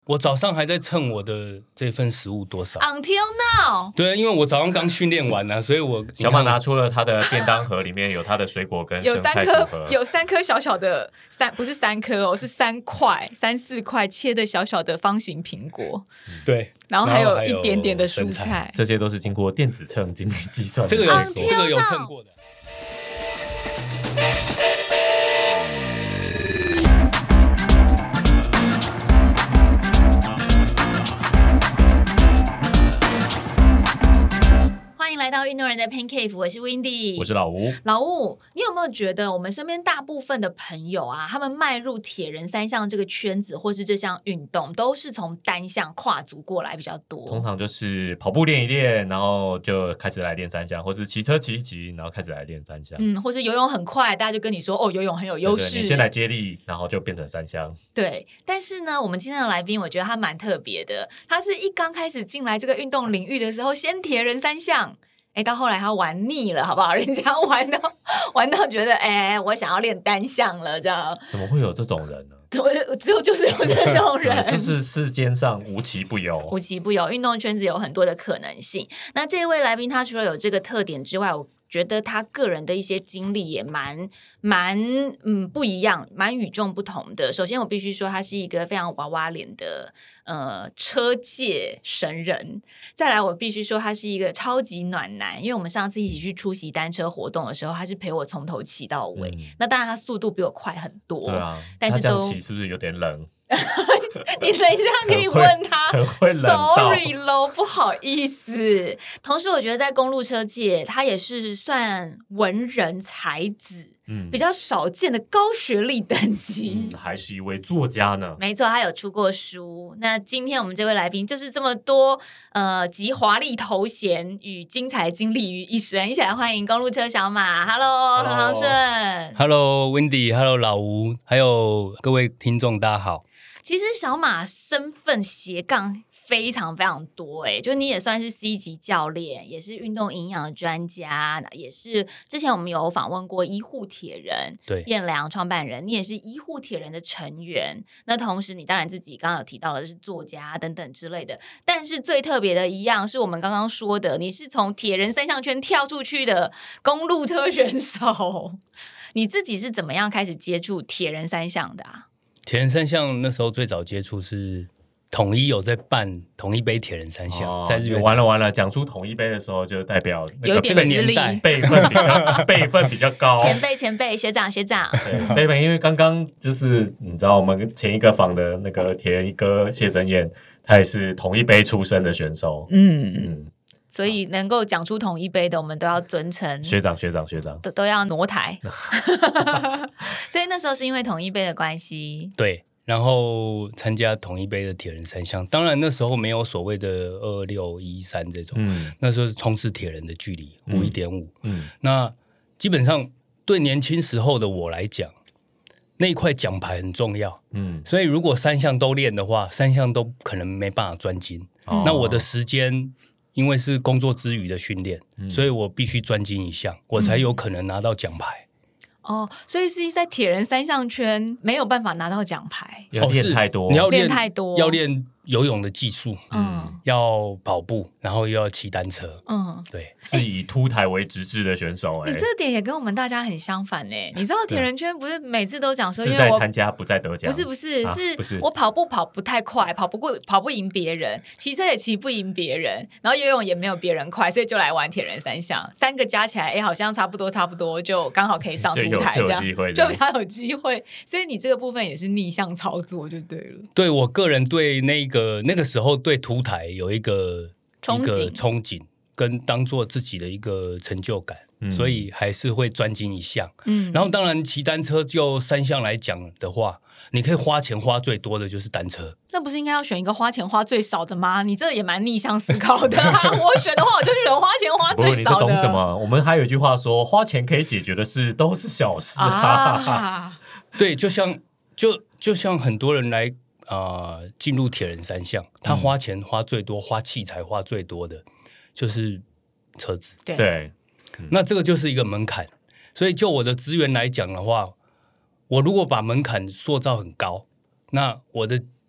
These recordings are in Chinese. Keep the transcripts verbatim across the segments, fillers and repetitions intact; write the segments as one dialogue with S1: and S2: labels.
S1: 我早上还在称我的这份食物多少
S2: Until now
S1: 对，因为我早上刚训练完啊，所以我
S3: 小马拿出了他的便当盒，里面有他的水果跟
S2: 有
S3: 生菜
S2: 三颗
S3: 组合，
S2: 有三颗小小的三不是三颗哦，是三块三四块切的小小的方形苹果，
S1: 对，
S2: 然后还有
S1: 然后还有
S2: 一点点的
S1: 生
S2: 蔬菜，
S3: 这些都是经过电子秤精密计算的。
S1: 这个有
S2: Until
S1: 这个有称过的。
S2: 欢迎来到运动人的 Pain Cave， 我是 Windy，
S3: 我是老吴。
S2: 老吴，你有没有觉得我们身边大部分的朋友啊，他们迈入铁人三项这个圈子或是这项运动，都是从单项跨足过来比较多？
S3: 通常就是跑步练一练，然后就开始来练三项，或是骑车骑一骑，然后开始来练三项。
S2: 嗯，或是游泳很快，大家就跟你说哦，游泳很有优势，
S3: 对对，你先来接力，然后就变成三项。
S2: 对，但是呢，我们今天的来宾，我觉得他蛮特别的。他是一刚开始进来这个运动领域的时候，先铁人三项，哎，到后来他玩腻了，好不好？人家玩到玩到觉得，哎，我想要练单项了，这样。
S3: 怎么会有这种人呢？
S2: 只有就是有这种人，
S3: 就是世间上无奇不有，
S2: 无奇不有。运动圈子有很多的可能性。那这位来宾，他除了有这个特点之外，我觉得他个人的一些经历也蛮蛮嗯不一样，蛮与众不同的。首先，我必须说，他是一个非常娃娃脸的呃车界神人。再来，我必须说，他是一个超级暖男，因为我们上次一起去出席单车活动的时候，他是陪我从头骑到尾。嗯、那当然，他速度比我快很多，
S3: 对啊，
S2: 但是都
S3: 他这样骑是不是有点冷？
S2: 你等一下可以问他
S3: 很会冷到
S2: ，sorry 咯，不好意思。同时，我觉得在公路车界，他也是算文人才子，嗯，比较少见的高学历等级，
S3: 嗯，还是一位作家呢。
S2: 没错，他有出过书。那今天我们这位来宾就是这么多呃集华丽头衔与精彩经历于一身，一起来欢迎公路车小马。Hello， 何航顺。
S1: Hello Windy，Hello 老吴，还有各位听众，大家好。
S2: 其实小马身份斜杠非常非常多哎，就你也算是 C 级教练，也是运动营养的专家，也是之前我们有访问过医护铁人
S1: 对
S2: 彦良创办人，你也是医护铁人的成员。那同时你当然自己刚刚有提到的是作家等等之类的，但是最特别的一样是我们刚刚说的，你是从铁人三项圈跳出去的公路车选手。你自己是怎么样开始接触铁人三项的啊？
S1: 铁人三项那时候最早接触是统一有在办统一杯铁人三项，
S3: 哦、
S1: 在日本。
S3: 完了完了，讲出统一杯的时候，就代表那个
S2: 有点
S1: 这个年代
S3: 辈分比较辈分比较高，
S2: 前辈前辈学长学长，
S3: 对辈分，因为刚刚就是你知道我们前一个访的那个铁人一哥谢神燕，他也是统一杯出身的选手，
S2: 嗯嗯。
S3: 嗯
S2: 所以能够讲出统一杯的，我们都要尊称
S3: 学长学长学长，
S2: 都都要挪台。所以那时候是因为统一杯的关系，
S1: 对，然后参加统一杯的铁人三项。当然那时候没有所谓的二六一三这种，嗯，那时候是冲刺铁人的距离五一点五，嗯，那基本上对年轻时候的我来讲，那一块奖牌很重要，嗯，所以如果三项都练的话，三项都可能没办法专精。哦、那我的时间。因为是工作之余的训练、嗯，所以我必须专精一项，我才有可能拿到奖牌。
S2: 哦，所以是在铁人三项圈没有办法拿到奖牌，
S3: 要练太多，
S1: 你要
S2: 练太多，
S1: 要练游泳的技术，嗯，要跑步，然后又要骑单车，嗯，对，
S3: 是以凸台为直至的选手、欸。
S2: 你这点也跟我们大家很相反呢、欸。你知道铁人圈不是每次都讲说，因
S3: 为我参加不在得奖，
S2: 不是不是、啊、是，
S3: 不是
S2: 我跑步跑不太快，跑不过，跑不赢别人，骑车也骑不赢别人，然后游泳也没有别人快，所以就来玩铁人三项，三个加起来，哎、欸，好像差不多差不多，就刚好可以上凸台，这样就比较有机会。所以你这个部分也是逆向操作就对了。
S1: 对我个人对那个那个时候。对凸台有一个
S2: 憧憬，
S1: 一个憧憬跟当做自己的一个成就感、嗯，所以还是会专精一项。嗯，然后当然骑单车就三项来讲的话，你可以花钱花最多的就是单车。
S2: 那不是应该要选一个花钱花最少的吗？你这也蛮逆向思考的、啊。我选的话，我就选花钱花最少的。
S3: 不，你这懂什么？我们还有一句话说，花钱可以解决的事都是小事啊。
S1: 对，就像就就像很多人来。啊、呃，进入铁人三项，他花钱花最多、嗯，花器材花最多的就是车子。
S2: 对，
S3: 对
S1: 嗯、那这个就是一个门槛。所以就我的资源来讲的话，我如果把门槛塑造很高，那我的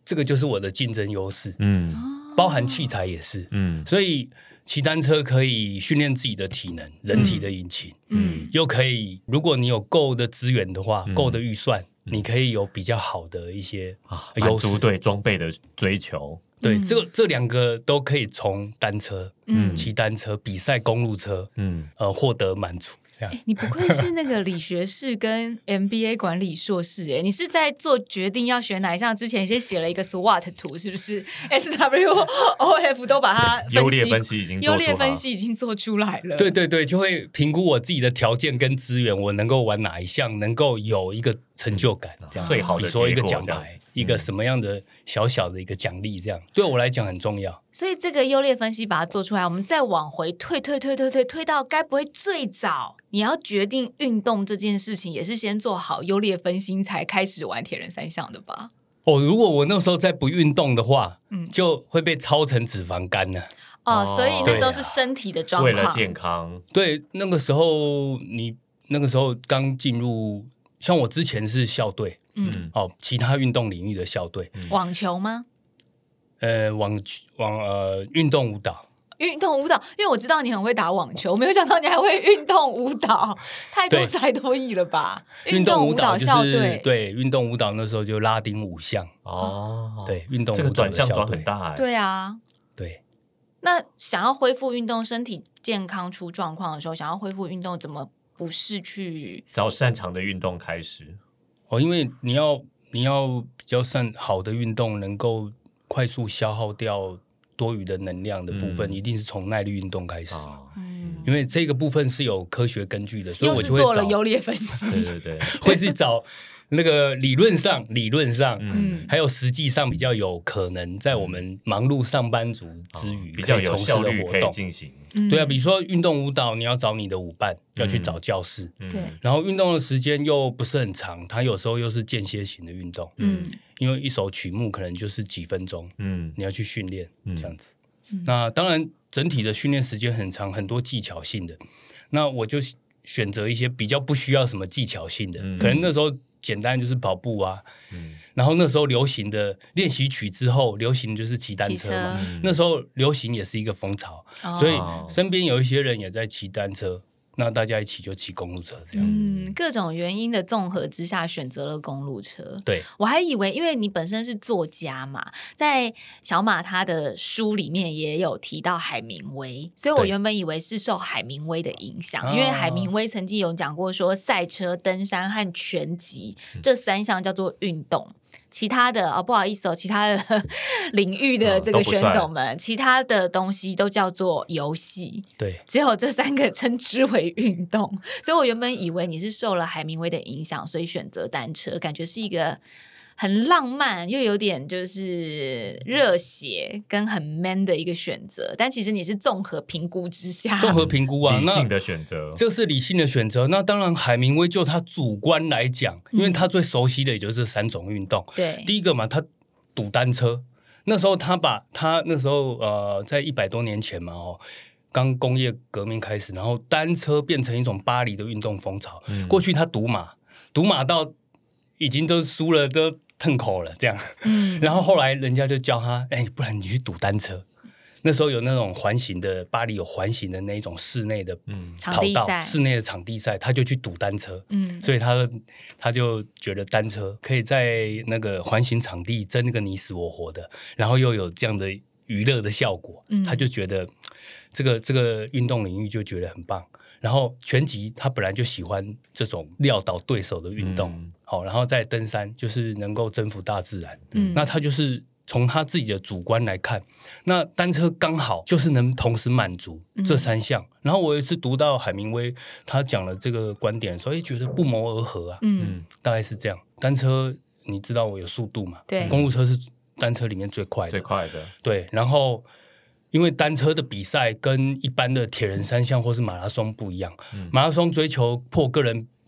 S1: 这个就是我的竞争优势，嗯，包含器材也是，嗯，所以骑单车可以训练自己的体能，人体的引擎，嗯，又可以，如果你有够的资源的话，嗯、够的预算，嗯、你可以有比较好的一些
S3: 满足对装备的追求。
S1: 对，嗯、这这两个都可以从单车，嗯，骑单车、比赛公路车，嗯，呃，获得满足。
S2: 欸、你不愧是那个理学士跟 M B A 管理硕士哎，你是在做决定要选哪一项之前先写了一个 SWOT 图，是不是 ？S W O F 都把它
S3: 优劣分析已经
S2: 优劣分析已经做出来了。
S1: 对对对，就会评估我自己的条件跟资源，我能够玩哪一项，能够有一个成就感，这样
S3: 最好的
S1: 比如说一个奖牌，一个什么样的小小的一个奖励，这样对我来讲很重要。
S2: 所以这个优劣分析把它做出来，我们再往回退退退退退退到该不会最早你要决定运动这件事情，也是先做好优劣分析才开始玩铁人三项的吧？
S1: 哦，如果我那时候再不运动的话，嗯，就会被超成脂肪肝了。
S2: 哦，所以那时候是身体的状况，
S3: 为了健康。
S1: 对，那个时候你那个时候刚进入，像我之前是校队，嗯，哦，其他运动领域的校队，
S2: 嗯、网球吗？
S1: 呃，网网呃，运动舞蹈。
S2: 运动舞蹈，因为我知道你很会打网球，我没有想到你还会运动舞蹈，太多才多艺了吧？
S1: 运动舞蹈校队，对，运动舞蹈那时候就拉丁舞项哦，对，运动舞蹈的校队，
S3: 这个转向转很大哎，
S2: 对啊，
S1: 对。
S2: 那想要恢复运动，身体健康出状况的时候，想要恢复运动，怎么不是去
S3: 找擅长的运动开始？
S1: 哦，因为你要你要比较善好的运动，能够快速消耗掉多余的能量的部分，嗯、一定是从耐力运动开始。嗯，因为这个部分是有科学根据的，所以我就会
S2: 做了优劣分析。
S3: 对对对，
S1: 会去找那个理论上、理论上，嗯，还有实际上比较有可能在我们忙碌上班族之余，
S3: 哦、比较有效率可以进行。
S1: 对啊，比如说运动舞蹈，你要找你的舞伴，要去找教室，
S2: 对、嗯。
S1: 然后运动的时间又不是很长，它有时候又是间歇型的运动，嗯，因为一首曲目可能就是几分钟，嗯，你要去训练、嗯、这样子。嗯、那当然，整体的训练时间很长，很多技巧性的。那我就选择一些比较不需要什么技巧性的，嗯、可能那时候简单就是跑步啊。嗯、然后那时候流行的练习曲之后，流行就是骑单车嘛。车那时候流行也是一个风潮，哦、所以身边有一些人也在骑单车。那大家一起就骑公路车这样，
S2: 嗯，各种原因的综合之下选择了公路车。
S1: 对，
S2: 我还以为因为你本身是作家嘛，在小马他的书里面也有提到海明威，所以我原本以为是受海明威的影响，因为海明威曾经有讲过说赛车、登山和拳击、嗯、这三项叫做运动。其他的哦，不好意思哦，其他的领域的这个选手们，哦、其他的东西都叫做游戏，
S1: 对，
S2: 只有这三个称之为运动。所以我原本以为你是受了海明威的影响，所以选择单车，感觉是一个很浪漫又有点就是热血跟很 man 的一个选择，但其实你是综合评估之下，
S1: 综合评估啊，
S3: 理性的选择，
S1: 这是理性的选择。那当然，海明威就他主观来讲，因为他最熟悉的也就是这三种运动。
S2: 对、嗯，
S1: 第一个嘛，他赌单车，那时候他把他那时候呃，在一百多年前嘛，哦。刚工业革命开始，然后单车变成一种巴黎的运动风潮。嗯、过去他赌马，赌马到已经都输了，都吞口了这样。嗯、然后后来人家就叫他，哎，不然你去赌单车。那时候有那种环形的，巴黎有环形的那种室内的跑道，嗯、室内的场地赛，他就去赌单车。嗯、所以他他就觉得单车可以在那个环形场地争个你死我活的，然后又有这样的娱乐的效果，嗯、他就觉得这个这个运动领域就觉得很棒。然后拳击他本来就喜欢这种撂倒对手的运动，嗯、好，然后再登山就是能够征服大自然。嗯、那他就是从他自己的主观来看，那单车刚好就是能同时满足这三项。嗯、然后我有一次读到海明威他讲了这个观点的时候，觉得不谋而合啊。嗯，大概是这样。单车你知道我有速度嘛？
S2: 对，
S1: 公路车是单车里面最快的，
S3: 最快的。
S1: 对，然后因为单车的比赛跟一般的铁人三项或是马拉松不一样，嗯、马拉松追求破个人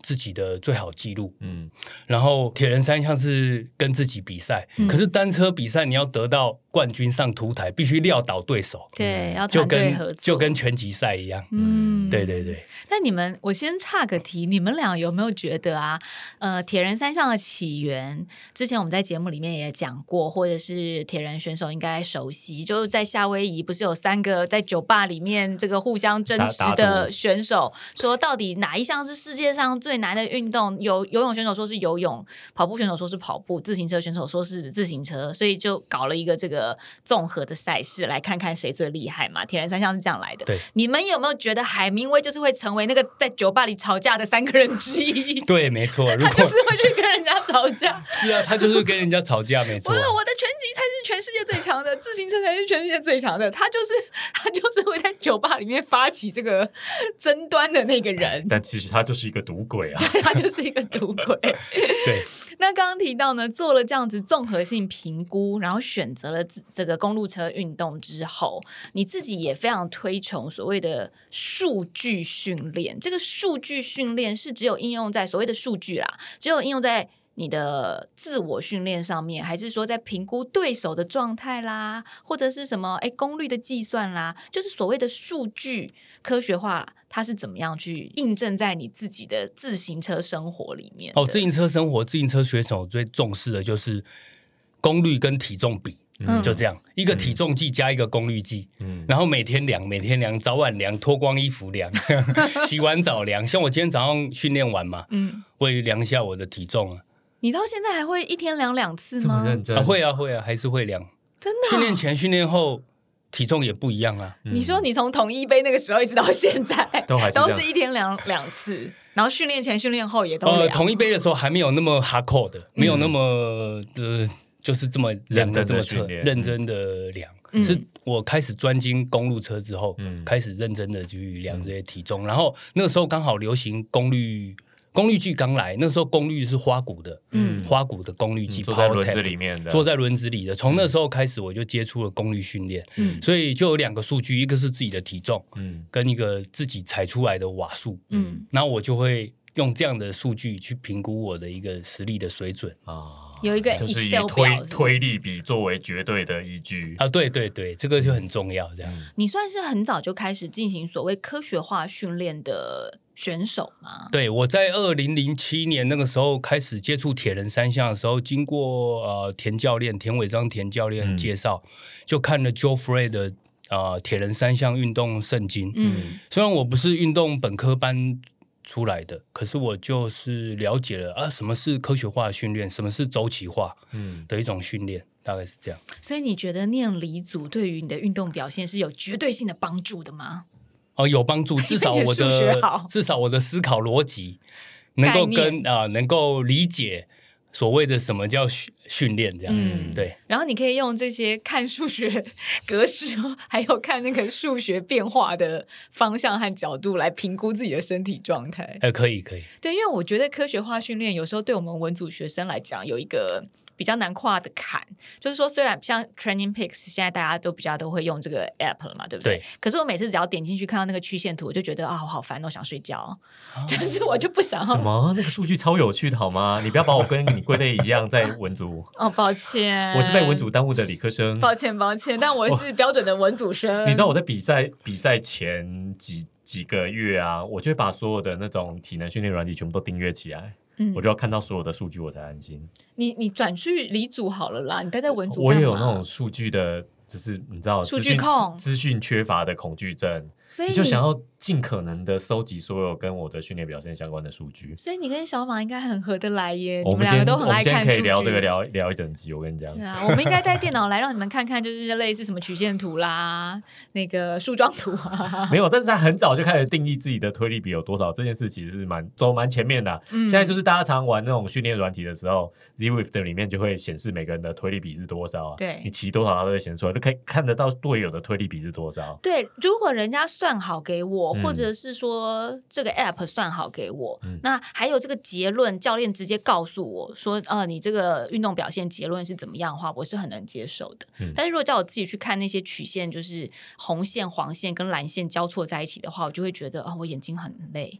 S1: 自己的最好记录，嗯，然后铁人三项是跟自己比赛，嗯、可是单车比赛你要得到冠军上凸台，必须撂倒对手，
S2: 对，要团队合作，
S1: 就跟拳击赛一样，嗯，对对对。
S2: 但你们，我先岔个题，你们俩有没有觉得啊？呃，铁人三项的起源，之前我们在节目里面也讲过，或者是铁人选手应该熟悉，就是在夏威夷不是有三个在酒吧里面这个互相争执的选手，说到底哪一项是世界上最难的运动？有游泳选手说是游泳，跑步选手说是跑步，自行车选手说是自行车，所以就搞了一个这个综合的赛事，来看看谁最厉害嘛。铁人三项是这样来的。
S1: 对，
S2: 你们有没有觉得海明威就是会成为那个在酒吧里吵架的三个人之一？
S1: 对，没错，
S2: 他就是会去跟人家吵架。
S1: 是啊，他就是跟人家吵架，没错。
S2: 我我的拳击才是全世界最强的，自行车才是全世界最强的。他就是他就是会在酒吧里面发起这个争端的那个人。
S3: 但其实他就是一个赌鬼啊，
S2: 他就是一个赌鬼。
S1: 对。
S2: 那刚刚提到呢，做了这样子综合性评估，然后选择了这个公路车运动之后，你自己也非常推崇所谓的数据训练。这个数据训练是只有应用在所谓的数据啦，只有应用在你的自我训练上面，还是说在评估对手的状态啦，或者是什么哎功率的计算啦，就是所谓的数据科学化，它是怎么样去印证在你自己的自行车生活里面？
S1: 哦，自行车生活，自行车选手最重视的就是功率跟体重比。嗯，就这样，一个体重计加一个功率计，嗯，然后每天量，每天量，早晚量，脱光衣服量，洗完澡量。像我今天早上训练完嘛，嗯，我也量一下我的体重啊。
S2: 你到现在还会一天量两次吗？
S3: 这么认真？
S1: 啊，会啊，会啊，还是会量。
S2: 真的、啊？
S1: 训练前、训练后体重也不一样啊。
S2: 嗯、你说你从统一杯那个时候一直到现在，
S3: 都还是
S2: 都是一天量两次，然后训练前、训练后也都量。
S1: 呃，统一杯的时候还没有那么 hardcore 的，没有那么呃。就是这么量的这么测认真的量、嗯，是我开始专精公路车之后、嗯，开始认真的去量这些体重、嗯。然后那个时候刚好流行功率功率计刚来，那时候功率是花鼓的，嗯，花鼓的功率计、
S3: 嗯，坐在轮子里面的，
S1: 坐在轮子里的。从那时候开始，我就接触了功率训练，嗯，所以就有两个数据，一个是自己的体重，嗯，跟一个自己踩出来的瓦数，嗯，然后我就会用这样的数据去评估我的一个实力的水准啊。
S2: 有一个 Excel 表，
S3: 就是以推推力比作为绝对的依据
S1: 啊，对对对，这个就很重要。这样，
S2: 你算是很早就开始进行所谓科学化训练的选手吗？
S1: 对，我在二零零七年那个时候开始接触铁人三项的时候，经过呃田教练田伟章田教练介绍、嗯，就看了 Joe Frey 的呃铁人三项运动圣经。嗯，虽然我不是运动本科班出来的，可是我就是了解了啊，什么是科学化的训练，什么是周期化的一种训练、嗯，大概是这样。
S2: 所以你觉得念理组对于你的运动表现是有绝对性的帮助的吗？
S1: 哦，有帮助，至少我的至少我的思考逻辑能够跟啊、呃、能够理解所谓的什么叫训练这样子、嗯，对。
S2: 然后你可以用这些看数学格式，还有看那个数学变化的方向和角度来评估自己的身体状态。
S1: 呃，可以，可以。
S2: 对，因为我觉得科学化训练有时候对我们文组学生来讲有一个比较难跨的坎，就是说虽然像 Training Peaks 现在大家都比较都会用这个 app 了嘛，对不对？对。可是我每次只要点进去看到那个曲线图，我就觉得啊，我好烦，我想睡觉、哦，就是我就不想
S3: 什么那个数据超有趣的好吗？你不要把我跟你归类一样在文组
S2: 哦，抱歉，
S3: 我是被文组耽误的理科生，
S2: 抱歉抱歉，但我是标准的文组生。
S3: 你知道我在比赛比赛前几几个月啊，我就会把所有的那种体能训练软体全部都订阅起来。嗯、我就要看到所有的数据我才安心。
S2: 你你转去理组好了啦，你待在文组干嘛？
S3: 我也有那种数据的，就是你知道
S2: 数据控、
S3: 资讯缺乏的恐惧症，
S2: 所以
S3: 你, 你就想要尽可能的收集所有跟我的训练表现相关的数据。
S2: 所以你跟小马应该很合得来耶，你们两个都很爱看数据。
S3: 我们今天可以聊这个聊聊一整集，我跟你讲。
S2: 对啊，我们应该带电脑来让你们看看，就是类似什么曲线图啦、那个树状图啊。
S3: 没有，但是他很早就开始定义自己的推力比有多少，这件事其实是蛮走蛮前面的、啊嗯。现在就是大家常玩那种训练软体的时候 ，Zwift 里面就会显示每个人的推力比是多少啊。
S2: 对，
S3: 你骑多少，它都会显示出来，就可以看得到队友的推力比是多少。
S2: 对，如果人家算好给我，嗯、或者是说这个 app 算好给我、嗯，那还有这个结论，教练直接告诉我说，呃，你这个运动表现结论是怎么样的话，我是很能接受的。嗯、但是如果叫我自己去看那些曲线，就是红线、黄线跟蓝线交错在一起的话，我就会觉得，哦，我眼睛很累，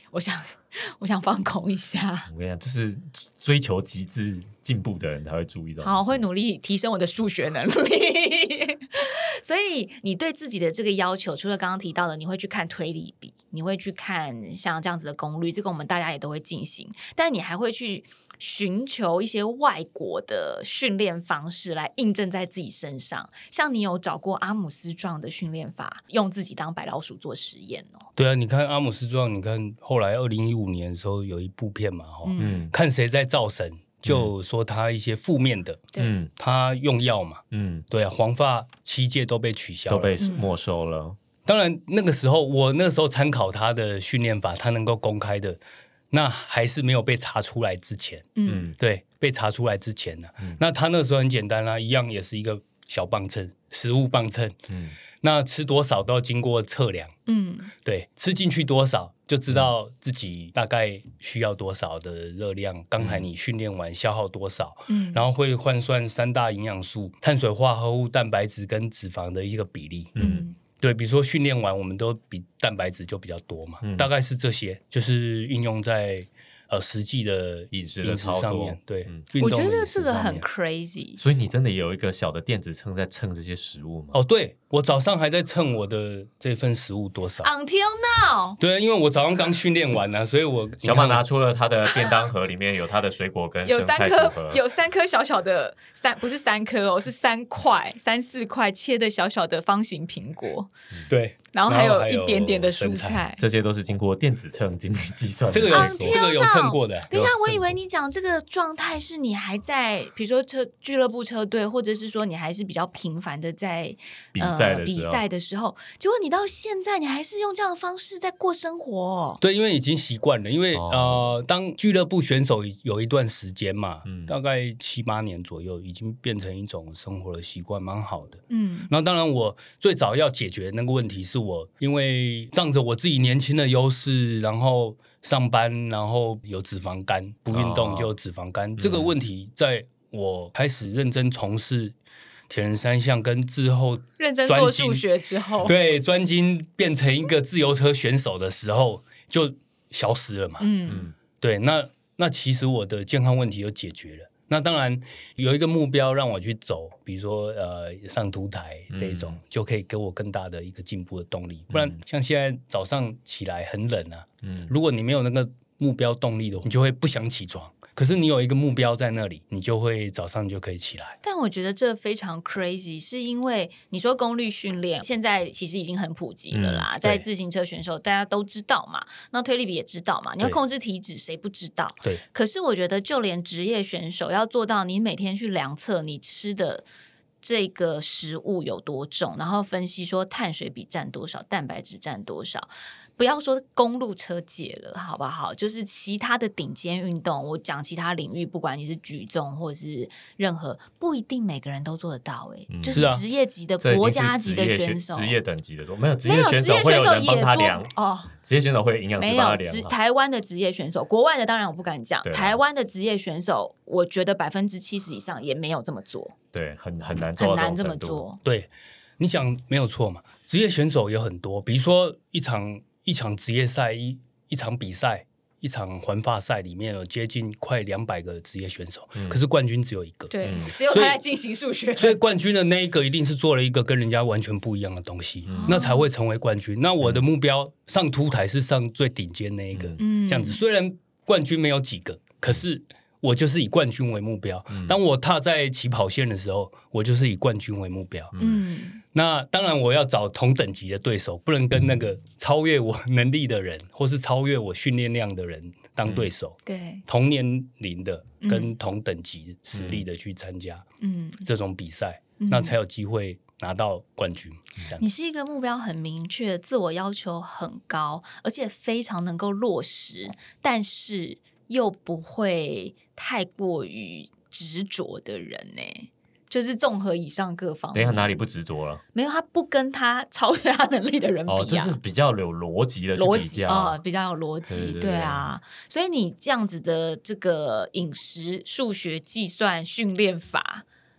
S2: 我想我想放空一下。
S3: 我跟你讲，就是追求极致进步的人才会注意到。
S2: 好，会努力提升我的数学能力。所以你对自己的这个要求，除了刚刚提到的，你会去看推理比，你会去看像这样子的功率，这个我们大家也都会进行，但你还会去寻求一些外国的训练方式来印证在自己身上。像你有找过阿姆斯壮的训练法，用自己当白老鼠做实验哦。
S1: 对啊，你看阿姆斯壮，你看后来二零一五年的时候有一部片嘛，
S2: 嗯，
S1: 看谁在造神。就说他一些负面的，
S2: 嗯，
S1: 他用药嘛，
S3: 嗯，
S1: 对啊，黄发七届都被取消了，
S3: 都被没收了。嗯、
S1: 当然，那个时候我那个时候参考他的训练法，他能够公开的，那还是没有被查出来之前，嗯，对，被查出来之前呢、啊嗯，那他那个时候很简单啦、啊，一样也是一个小磅秤，食物磅秤，嗯，那吃多少都要经过测量，嗯，对，吃进去多少。就知道自己大概需要多少的热量，刚才你训练完消耗多少，嗯，然后会换算三大营养素：碳水化合物、蛋白质跟脂肪的一个比例，嗯，对，比如说训练完我们都比蛋白质就比较多嘛，嗯、大概是这些，就是运用在呃实际的
S3: 饮食的操作上面，
S1: 对，
S3: 嗯、
S2: 我觉得这个很 crazy。
S3: 所以你真的有一个小的电子秤在称这些食物吗？
S1: 哦，对。我早上还在称我的这份食物多少
S2: Until now
S1: 对，因为我早上刚训练完啊，所以我
S3: 小马拿出了他的便当盒，里面有他的水果跟
S2: 有三颗有三颗小小的三不是三颗哦，是三块三四块切的小小的方形苹果，
S1: 对，
S2: 然后还有一点点的蔬菜，
S3: 这些都是经过电子秤精密计算的。
S1: 这个有、
S2: 啊、
S1: 这个有称过的。
S2: 等一下，我以为你讲这个状态是你还在，比如说车俱乐部车队，或者是说你还是比较频繁的在
S3: 比赛。呃
S2: 比赛的时候，结果你到现在你还是用这样的方式在过生活、哦。
S1: 对，因为已经习惯了，因为、哦、呃，当俱乐部选手有一段时间嘛，嗯、大概七八年左右，已经变成一种生活的习惯，蛮好的。嗯，那当然，我最早要解决的那个问题是我因为仗着我自己年轻的优势，然后上班，然后有脂肪肝，不运动就有脂肪肝、哦、这个问题，在我开始认真从事铁人三项跟之后
S2: 认真做数学之后，
S1: 对，专精变成一个自由车选手的时候就消失了嘛。嗯，对，那那其实我的健康问题就解决了。那当然有一个目标让我去走，比如说呃上凸台这一种、嗯，就可以给我更大的一个进步的动力。不然像现在早上起来很冷啊，嗯，如果你没有那个目标动力的话，你就会不想起床。可是你有一个目标在那里，你就会早上就可以起来。
S2: 但我觉得这非常 crazy， 是因为你说功率训练现在其实已经很普及了啦、嗯、在自行车选手大家都知道嘛，那推力比也知道嘛，你要控制体脂谁不知道？
S1: 对。
S2: 可是我觉得就连职业选手要做到你每天去量测你吃的这个食物有多重，然后分析说碳水比占多少，蛋白质占多少，不要说公路车界了好不好，就是其他的顶尖运动，我讲其他领域，不管你是举重或是任何，不一定每个人都做得到、欸嗯、就是职业级的、啊、国家级的选手，
S3: 职业等级的说没有，职业选手会有人帮他量哦，职业选手会有营养师帮他量。
S2: 没有，台湾的职业选手，国外的当然我不敢讲，台湾的职业选手，我觉得百分之七十以上也没有这么做，
S3: 对，很很难做到这种程度，
S2: 很难这么做。
S1: 对，你想没有错嘛，职业选手有很多，比如说一场。一场职业赛，一一场比赛，一场环法赛里面有接近快两百个职业选手、嗯，可是冠军只有一个。
S2: 对，嗯、只有他在进行数学。
S1: 所以冠军的那一个一定是做了一个跟人家完全不一样的东西，嗯、那才会成为冠军。那我的目标上凸台是上最顶尖那一个、嗯，这样子。虽然冠军没有几个，可是我就是以冠军为目标。嗯、当我踏在起跑线的时候，我就是以冠军为目标。嗯。那当然我要找同等级的对手，不能跟那个超越我能力的人或是超越我训练量的人当对手、嗯、
S2: 对，
S1: 同年龄的跟同等级实力的去参加嗯这种比赛、嗯、那才有机会拿到冠军。
S2: 你是一个目标很明确，自我要求很高，而且非常能够落实，但是又不会太过于执着的人呢，就是综合以上各方面。
S3: 等一下哪里不执着了？
S2: 没有，他不跟他超越他能力的人比啊。
S3: 哦，就是比较有逻辑的去比较
S2: 啊、呃，比较有逻辑， 对, 对, 对, 对啊。所以你这样子的这个饮食、数学、计算、训练法，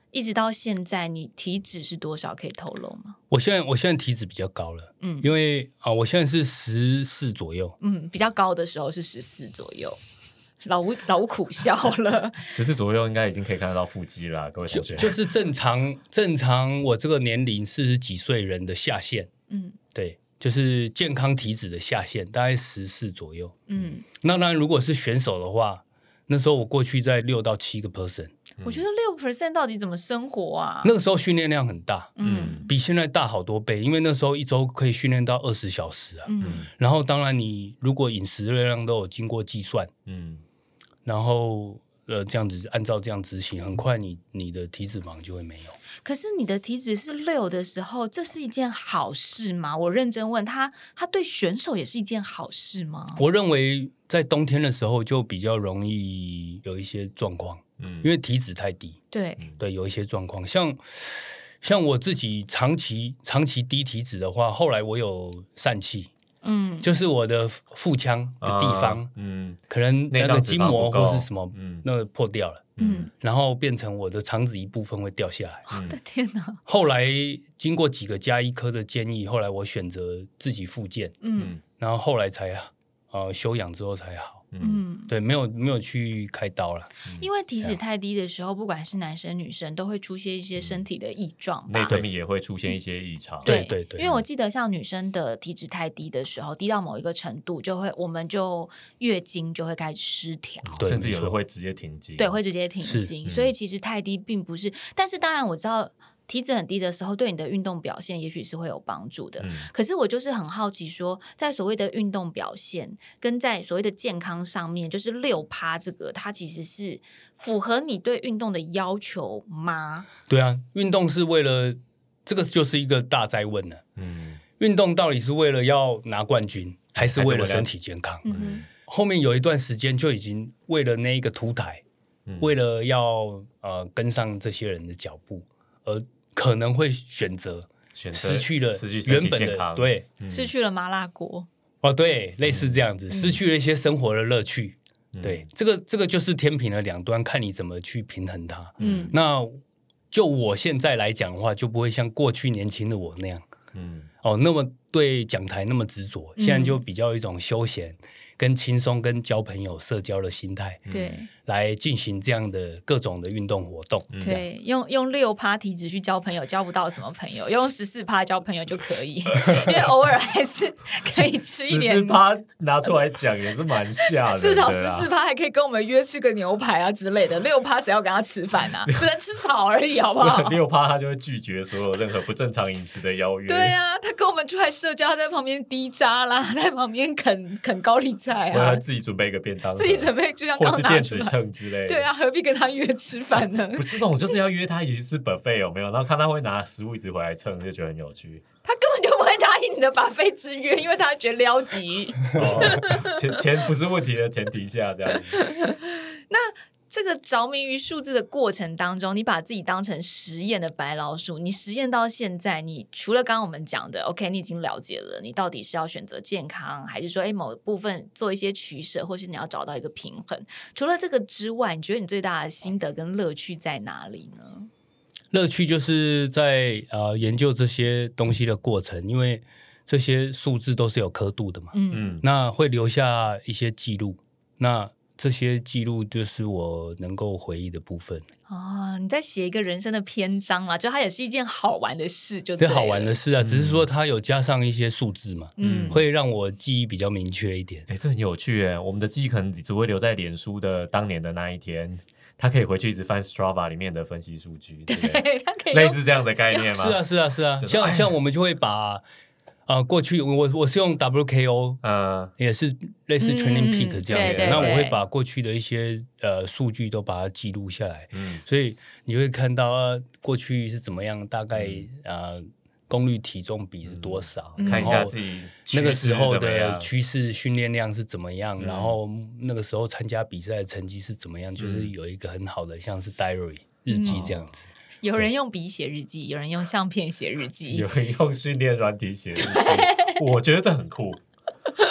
S2: 一直到现在，你体脂是多少？可以透露吗？
S1: 我现在我现在体脂比较高了，嗯，因为啊、呃，我现在是十四左右，
S2: 嗯，比较高的时候是十四左右。老吴老吴苦笑了，
S3: 十四左右应该已经可以看得到腹肌了、啊，各位同学。
S1: 就, 就是正常正常我这个年龄四十几岁人的下限，嗯，对，就是健康体脂的下限，大概十四左右，嗯，那当然如果是选手的话，那时候我过去在六到七个 percent。
S2: 我觉得六 percent 到底怎么生活啊？
S1: 那个时候训练量很大，嗯，比现在大好多倍，因为那时候一周可以训练到二十小时啊，嗯，然后当然你如果饮食热量都有经过计算，嗯，然后呃这样子按照这样执行，很快你你的体脂肪就会没有。
S2: 可是你的体脂是六的时候，这是一件好事吗？我认真问他，他对选手也是一件好事吗？
S1: 我认为在冬天的时候就比较容易有一些状况。嗯，因为体脂太低，
S2: 对
S1: 对，有一些状况，像像我自己长期长期低体脂的话，后来我有疝气，嗯，就是我的腹腔的地方，啊、嗯，可能那个筋膜或是什么，嗯，那个破掉了，嗯，然后变成我的肠子一部分会掉下来，
S2: 我的天哪！
S1: 后来经过几个家医科的建议，后来我选择自己复健，嗯，然后后来才呃休养之后才好。嗯，对，没有没有去开刀了，
S2: 因为体脂太低的时候，不管是男生女生，都会出现一些身体的异状吧，
S3: 内分泌也会出现一些异常。
S2: 对
S1: 对对，
S2: 因为我记得像女生的体脂太低的时候，低到某一个程度，就会我们就月经就会开始失调，
S3: 甚至有的会直接停经，
S2: 对，会直接停经。所以其实太低并不是，但是当然我知道。体脂很低的时候，对你的运动表现也许是会有帮助的。嗯、可是我就是很好奇说，在所谓的运动表现跟在所谓的健康上面，就是六趴这个，它其实是符合你对运动的要求吗？
S1: 对啊，运动是为了这个就是一个大哉问了。嗯，运动到底是为了要拿冠军，还是为了身体健康？嗯，后面有一段时间就已经为了那一个凸台，嗯、为了要呃跟上这些人的脚步，而可能会选择失去了原本的对、
S2: 嗯，失去了麻辣锅
S1: 哦，对，类似这样子，嗯、失去了一些生活的乐趣。嗯、对，这个这个就是天平的两端，看你怎么去平衡它。嗯，那就我现在来讲的话，就不会像过去年轻的我那样，嗯，哦，那么对讲台那么执着，现在就比较一种休闲。跟轻松、跟交朋友、社交的心态，
S2: 对，
S1: 来进行这样的各种的运动活动。
S2: 对，用用六趴体脂去交朋友，交不到什么朋友；用十四趴交朋友就可以，因为偶尔还是可以吃一点。
S3: 十四趴拿出来讲也是蛮吓的，
S2: 至少十四趴还可以跟我们约吃个牛排啊之类的。六趴谁要跟他吃饭啊？只能吃草而已，好不好？
S3: 六趴他就会拒绝所有任何不正常饮食的邀约。
S2: 对啊，他跟我们出来社交，他在旁边滴渣啦，在旁边啃啃高丽菜。
S3: 或者自己准备一个便当，
S2: 自己准备就像刚
S3: 或是电子秤之类的。
S2: 对啊，何必跟他约吃饭呢？
S3: 不是这种，就是要约他一起去吃 buffet 有没有？然后看他会拿食物一直回来称，就觉得很有趣。
S2: 他根本就不会答应你的 buffet 之约，因为他觉得撩急。
S3: 哦、钱钱不是问题的前提下，这样。
S2: 那这个着迷于数字的过程当中，你把自己当成实验的白老鼠，你实验到现在，你除了刚刚我们讲的 OK 你已经了解了你到底是要选择健康，还是说诶某部分做一些取舍，或是你要找到一个平衡，除了这个之外，你觉得你最大的心得跟乐趣在哪里呢？
S1: 乐趣就是在、呃、研究这些东西的过程，因为这些数字都是有刻度的嘛，嗯，那会留下一些记录，那这些记录就是我能够回忆的部分。
S2: 哦，你在写一个人生的篇章啦，就它也是一件好玩的事就对了，
S1: 对，好玩的事啊，只是说它有加上一些数字嘛，嗯，会让我记忆比较明确一点。
S3: 哎，这很有趣耶，我们的记忆可能只会留在脸书的当年的那一天，他可以回去一直翻 Strava 里面的分析数据，对不对？
S2: 对，他可以
S3: 类似这样的概念吗？
S1: 是啊，是啊，是啊，像像我们就会把。呃、过去我我是用 W K O， 呃，也是类似 Training Peak 这样子，嗯、那我会把过去的一些呃数据都把它记录下来，嗯，所以你会看到、呃、过去是怎么样，大概、嗯、呃功率体重比是多少，
S3: 嗯、看一下自己
S1: 那个时候的趋势训练量是怎么样，嗯、然后那个时候参加比赛的成绩是怎么样，嗯、就是有一个很好的像是 diary 日记这样子。嗯
S2: 有人用笔写日记，有人用相片写日记，
S3: 有人用训练软体写日记，我觉得这很酷。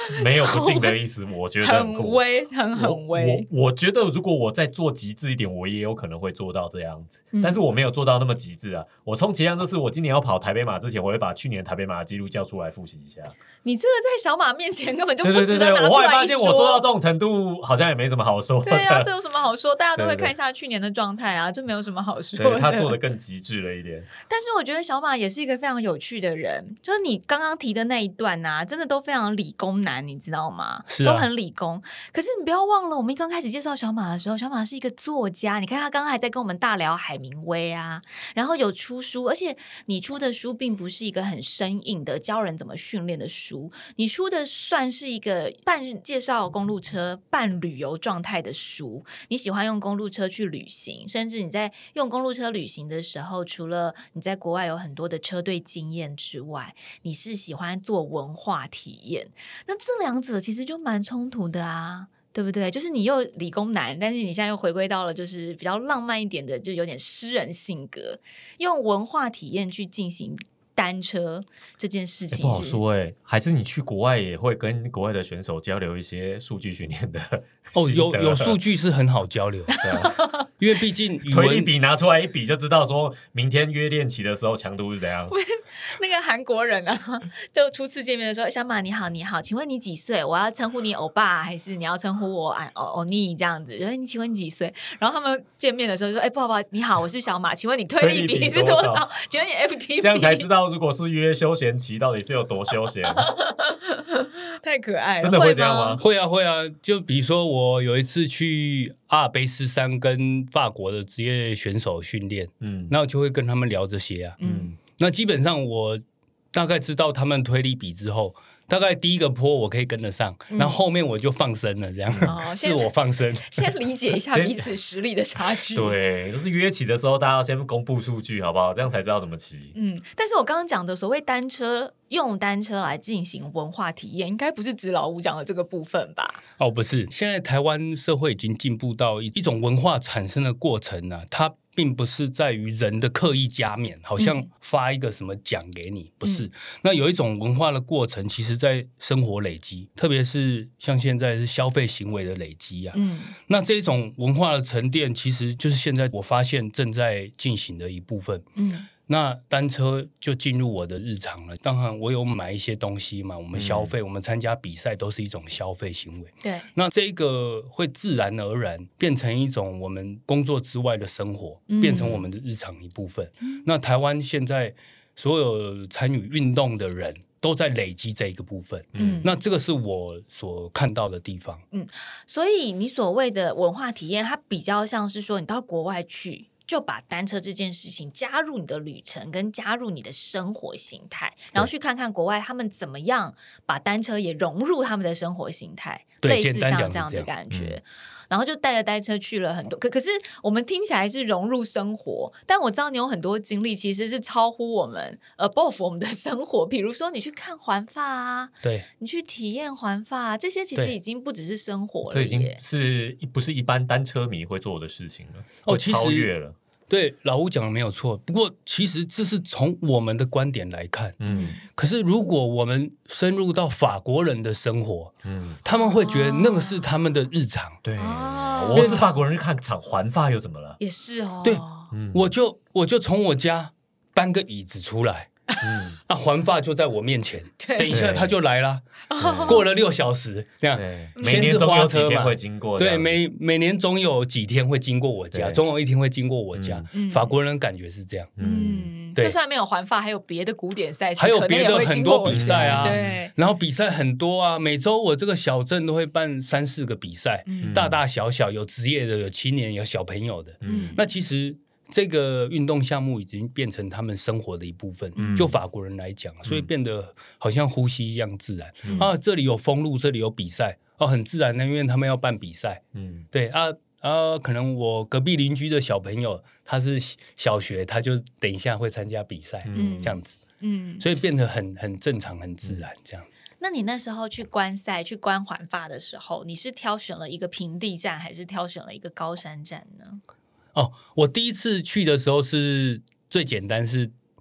S3: 没有不敬的意思，我觉得很酷，
S2: 很威，很很威。
S3: 我 我, 我觉得如果我再做极致一点，我也有可能会做到这样子，嗯、但是我没有做到那么极致啊。我充其量就是我今年要跑台北马之前，我会把去年台北马的记录叫出来复习一下。
S2: 你这个在小马面前根本就不值得拿出来一说。
S3: 对对对对，我后来发现我做到这种程度，好像也没什么好说的。
S2: 对啊，这有什么好说？大家都会看一下去年的状态啊，这没有什么好说的。
S3: 对，他做的更极致了一点。
S2: 但是我觉得小马也是一个非常有趣的人，就是你刚刚提的那一段啊，真的都非常理工男，你知道吗？
S1: 是啊，
S2: 都很理工。可是你不要忘了，我们刚开始介绍小马的时候，小马是一个作家。你看他刚刚还在跟我们大聊海明威啊，然后有出书，而且你出的书并不是一个很生硬的教人怎么训练的书，你出的算是一个半介绍公路车、半旅游状态的书。你喜欢用公路车去旅行，甚至你在用公路车旅行的时候，除了你在国外有很多的车队经验之外，你是喜欢做文化体验。那这两者其实就蛮冲突的啊，对不对？就是你又理工男，但是你现在又回归到了就是比较浪漫一点的，就有点诗人性格，用文化体验去进行单车这件事情、欸、
S3: 不好说哎、欸，还是你去国外也会跟国外的选手交流一些数据训练的
S1: 哦，有有数据是很好交流，对啊，因为毕竟
S3: 推力比拿出来一比就知道，说明天约练习的时候强度是怎样。
S2: 那个韩国人啊，就初次见面的时候，小马你好，你好，请问你几岁？我要称呼你欧巴，还是你要称呼我欧欧尼这样子？就你请问你几岁？然后他们见面的时候就说：“哎、欸，不好不好，你好，我是小马，请问你推力比是多少？请问你 F T P？”
S3: 这样才知道，如果是约休闲期，到底是有多休闲。
S2: 太可爱了，
S3: 真的会这样吗？
S1: 会啊会啊，就比如说我有一次去阿尔卑斯山跟法国的职业选手训练，嗯，那我就会跟他们聊这些啊，嗯，那基本上我大概知道他们推力比之后，大概第一个坡我可以跟得上，嗯、然后后面我就放生了，这样、哦、自我放生，
S2: 先理解一下彼此实力的差距。
S3: 对，就是约骑的时候，大家要先公布数据，好不好？这样才知道怎么骑。
S2: 嗯，但是我刚刚讲的所谓单车，用单车来进行文化体验，应该不是指老吴讲的这个部分吧？
S1: 哦，不是，现在台湾社会已经进步到一种文化产生的过程呢、啊，它并不是在于人的刻意加冕，好像发一个什么奖给你，嗯、不是。嗯、那有一种文化的过程，其实在生活累积，特别是像现在是消费行为的累积啊。嗯，那这种文化的沉淀，其实就是现在我发现正在进行的一部分。嗯。那单车就进入我的日常了。当然，我有买一些东西嘛，我们消费，嗯、我们参加比赛都是一种消费行为。
S2: 对，
S1: 那这个会自然而然变成一种我们工作之外的生活，嗯、变成我们的日常一部分。嗯、那台湾现在所有参与运动的人都在累积这一个部分。嗯，那这个是我所看到的地方。
S2: 嗯，所以你所谓的文化体验，它比较像是说，你到国外去，就把单车这件事情加入你的旅程，跟加入你的生活形态，然后去看看国外他们怎么样把单车也融入他们的生活形态，类似像这样的感觉。嗯、然后就带着单车去了很多，可可是我们听起来是融入生活，但我知道你有很多经历其实是超乎我们 above 我们的生活，比如说你去看环法啊，
S1: 对，
S2: 你去体验环法、啊，这些其实已经不只是生活了，
S3: 这已经是不是一般单车迷会做的事情了？
S1: 哦，其实
S3: 超越了。
S1: 对，老吴讲的没有错，不过其实这是从我们的观点来看，嗯，可是如果我们深入到法国人的生活，嗯，他们会觉得那个是他们的日常。
S3: 对，哦、我是法国人去看场环法又怎么了？
S2: 也是哦，
S1: 对，嗯、我就我就从我家搬个椅子出来。嗯，啊，环法就在我面前，等一下他就来了。过了六小时，这样，
S3: 每年总有几天会经过。
S1: 对，每每年总有几天会经过我家，总有一天会经过我家。嗯、法国人感觉是这样。
S2: 嗯，就算没有环法，还有别的古典赛事，
S1: 还有别的很多比赛啊。
S2: 对，
S1: 然后比赛很多啊，每周我这个小镇都会办三四个比赛，嗯、大大小小，有职业的，有青年，有小朋友的。嗯，那其实。这个运动项目已经变成他们生活的一部分，嗯、就法国人来讲，所以变得好像呼吸一样自然。嗯、啊，这里有封路，这里有比赛，哦，很自然的，因为他们要办比赛。嗯，对啊啊，可能我隔壁邻居的小朋友他是小学，他就等一下会参加比赛，嗯、这样子。嗯，所以变得很很正常、很自然这样子。
S2: 那你那时候去观赛、去观环法的时候，你是挑选了一个平地站，还是挑选了一个高山站呢？
S1: 哦，我第一次去的时候是最简单，是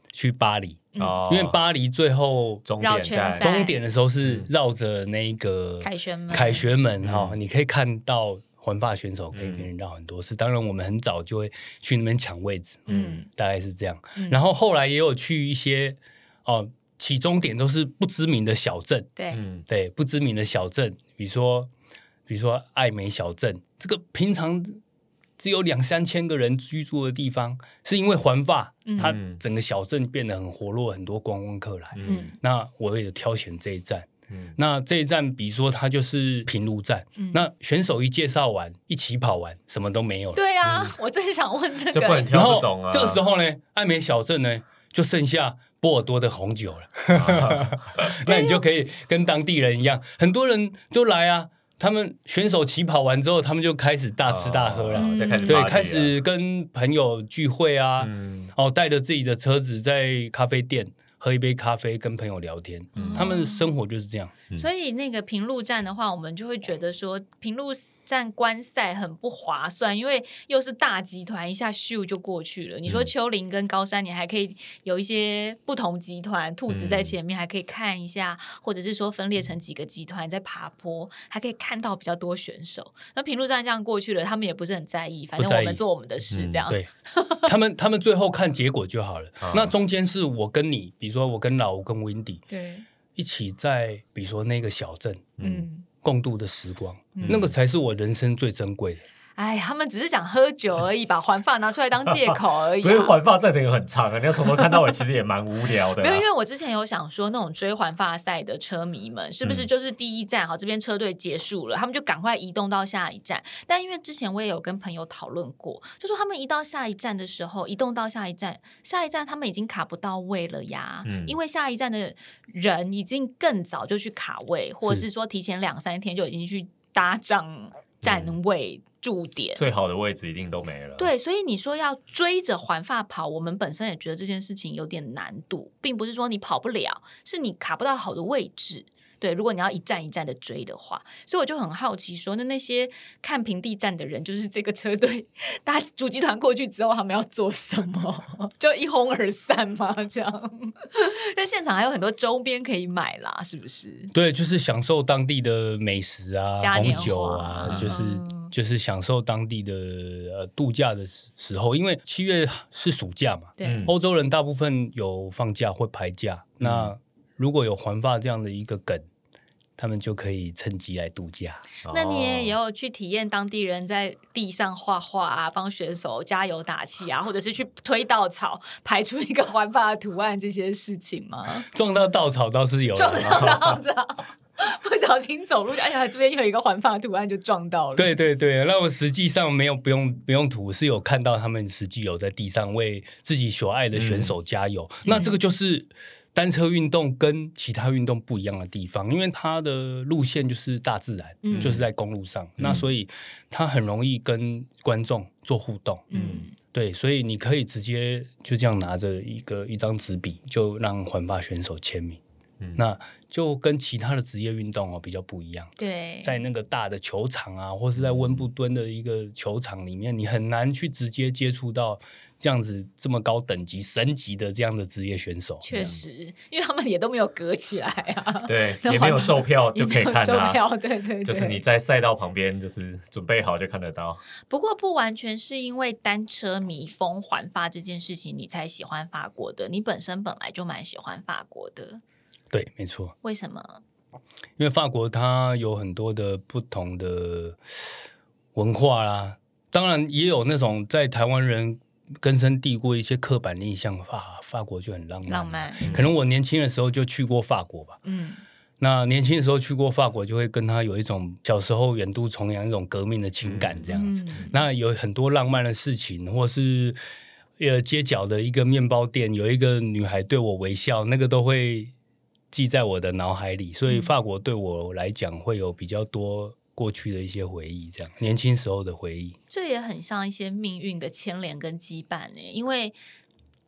S1: 去巴黎。
S3: 哦，
S1: 因为巴黎最后
S3: 终点在
S1: 终点的时候是绕着那个
S2: 凯旋门，
S1: 凯旋门哈、嗯，你可以看到环法选手可以跟人绕很多次。嗯、当然，我们很早就会去那边抢位置，嗯，大概是这样。嗯、然后后来也有去一些哦，起终点都是不知名的小镇，
S2: 对、
S1: 嗯，对，不知名的小镇，比如说比如说爱美小镇，这个平常只有两三千个人居住的地方，是因为环法、嗯、它整个小镇变得很活络，很多观光客来。嗯，那我也有挑选这一站。嗯，那这一站，比如说它就是平路站、嗯，那选手一介绍完，一起跑完，什么都没有了。
S2: 对啊，嗯、我正想问这个，
S3: 就不能挑这种啊。
S1: 这个时候呢，爱美小镇呢，就剩下波尔多的红酒了。啊、那你就可以跟当地人一样，很多人都来啊。他们选手起跑完之后，他们就开始大吃大喝了，
S3: 哦嗯、开始
S1: 对，开始跟朋友聚会啊，嗯、哦，带着自己的车子在咖啡店喝一杯咖啡，跟朋友聊天，嗯、他们生活就是这样。
S2: 嗯、所以那个平路站的话，我们就会觉得说平路站观赛很不划算，因为又是大集团，一下咻就过去了。你说丘陵跟高山，你还可以有一些不同集团，兔子在前面还可以看一下，或者是说分裂成几个集团在爬坡，还可以看到比较多选手。那平路站这样过去了，他们也不是很在意，反正我们做我们的事，这样。
S1: 嗯、对，他们他们最后看结果就好了。那中间是我跟你，比如说我跟老吴跟 Windy，
S2: 对，
S1: 一起在比如说那个小镇，嗯，共度的时光，嗯、那个才是我人生最珍贵的。
S2: 哎，他们只是想喝酒而已，把环法拿出来当借口而已、啊。
S3: 不是环法赛程很长啊，你要从头看到尾，其实也蛮无聊的、啊。
S2: 没有，因为我之前有想说，那种追环法赛的车迷们，是不是就是第一站、嗯、好，这边车队结束了，他们就赶快移动到下一站？但因为之前我也有跟朋友讨论过，就说他们移到下一站的时候，移动到下一站，下一站他们已经卡不到位了呀，嗯、因为下一站的人已经更早就去卡位，或者是说提前两三天就已经去搭帐站位。嗯驻点
S3: 最好的位置一定都没了。
S2: 对，所以你说要追着环法跑，我们本身也觉得这件事情有点难度，并不是说你跑不了，是你卡不到好的位置。对，如果你要一站一站的追的话，所以我就很好奇说，那那些看平地站的人，就是这个车队大家主集团过去之后，他们要做什么？就一哄而散吗？这样？但现场还有很多周边可以买啦，是不是？
S1: 对，就是享受当地的美食啊，红酒啊，就是、嗯、就是享受当地的呃度假的时候，因为七月是暑假嘛，
S2: 对，
S1: 欧洲人大部分有放假会排假，嗯、那如果有环法这样的一个梗，他们就可以趁机来度假。
S2: 那你也有去体验当地人在地上画画啊，帮选手加油打气啊，或者是去推稻草排出一个环法的图案这些事情吗？
S1: 撞到稻草倒是有了，
S2: 撞到稻草不小心走路，哎呀，这边有一个环法图案就撞到了。
S1: 对对对，那我实际上没有不用不用涂，是有看到他们实际有在地上为自己所爱的选手加油。嗯、那这个就是单车运动跟其他运动不一样的地方，因为它的路线就是大自然，嗯、就是在公路上，嗯、那所以它很容易跟观众做互动。嗯，对，所以你可以直接就这样拿着一个一张纸笔，就让环法选手签名。嗯、那就跟其他的职业运动哦比较不一样。
S2: 对，
S1: 在那个大的球场啊，或是在温布敦的一个球场里面，你很难去直接接触到这样子这么高等级、神级的这样的职业选手。
S2: 确实，因为他们也都没有隔起来啊，
S3: 对，也没有售票就可以看啊。
S2: 售票，对对对，
S3: 就是你在赛道旁边，就是准备好就看得到。
S2: 不过不完全是因为单车迷疯环法这件事情，你才喜欢法国的，你本身本来就蛮喜欢法国的。
S1: 对，没错。
S2: 为什么？
S1: 因为法国它有很多的不同的文化啦，当然也有那种在台湾人根深蒂固一些刻板印象，法法国就很浪漫。
S2: 浪漫，
S1: 嗯、可能我年轻的时候就去过法国吧。嗯，那年轻的时候去过法国，就会跟他有一种小时候远渡重洋一种革命的情感这样子。嗯、那有很多浪漫的事情，或是呃街角的一个面包店，有一个女孩对我微笑，那个都会记在我的脑海里，所以法国对我来讲会有比较多过去的一些回忆，这样年轻时候的回忆。
S2: 这也很像一些命运的牵连跟羁绊耶，因为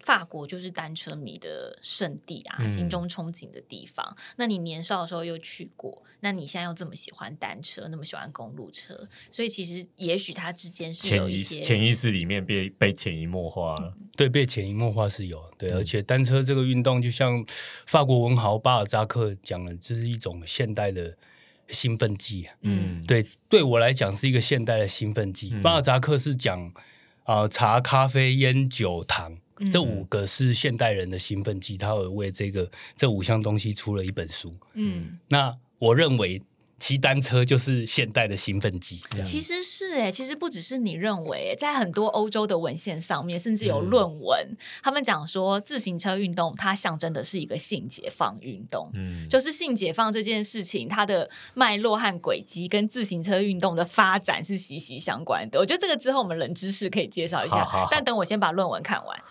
S2: 法国就是单车迷的圣地啊，嗯、心中憧憬的地方。那你年少的时候又去过，那你现在又这么喜欢单车，那么喜欢公路车，所以其实也许它之间是有一些
S3: 潜意识里面被被潜移默化了。
S1: 嗯、对，被潜移默化是有对、嗯，而且单车这个运动，就像法国文豪巴尔扎克讲的，这是一种现代的兴奋剂、啊。嗯，对，对我来讲是一个现代的兴奋剂。嗯、巴尔扎克是讲啊、呃，茶、咖啡、烟、酒、糖。这五个是现代人的兴奋剂，他有为这个这五项东西出了一本书。嗯，那我认为骑单车就是现代的兴奋剂。
S2: 其实是哎、欸，其实不只是你认为、欸，在很多欧洲的文献上面，甚至有论文，嗯、他们讲说自行车运动它象征的是一个性解放运动。嗯，就是性解放这件事情，它的脉络和轨迹跟自行车运动的发展是息息相关的。我觉得这个之后我们冷知识可以介绍一下，好好好，但等我先把论文看完。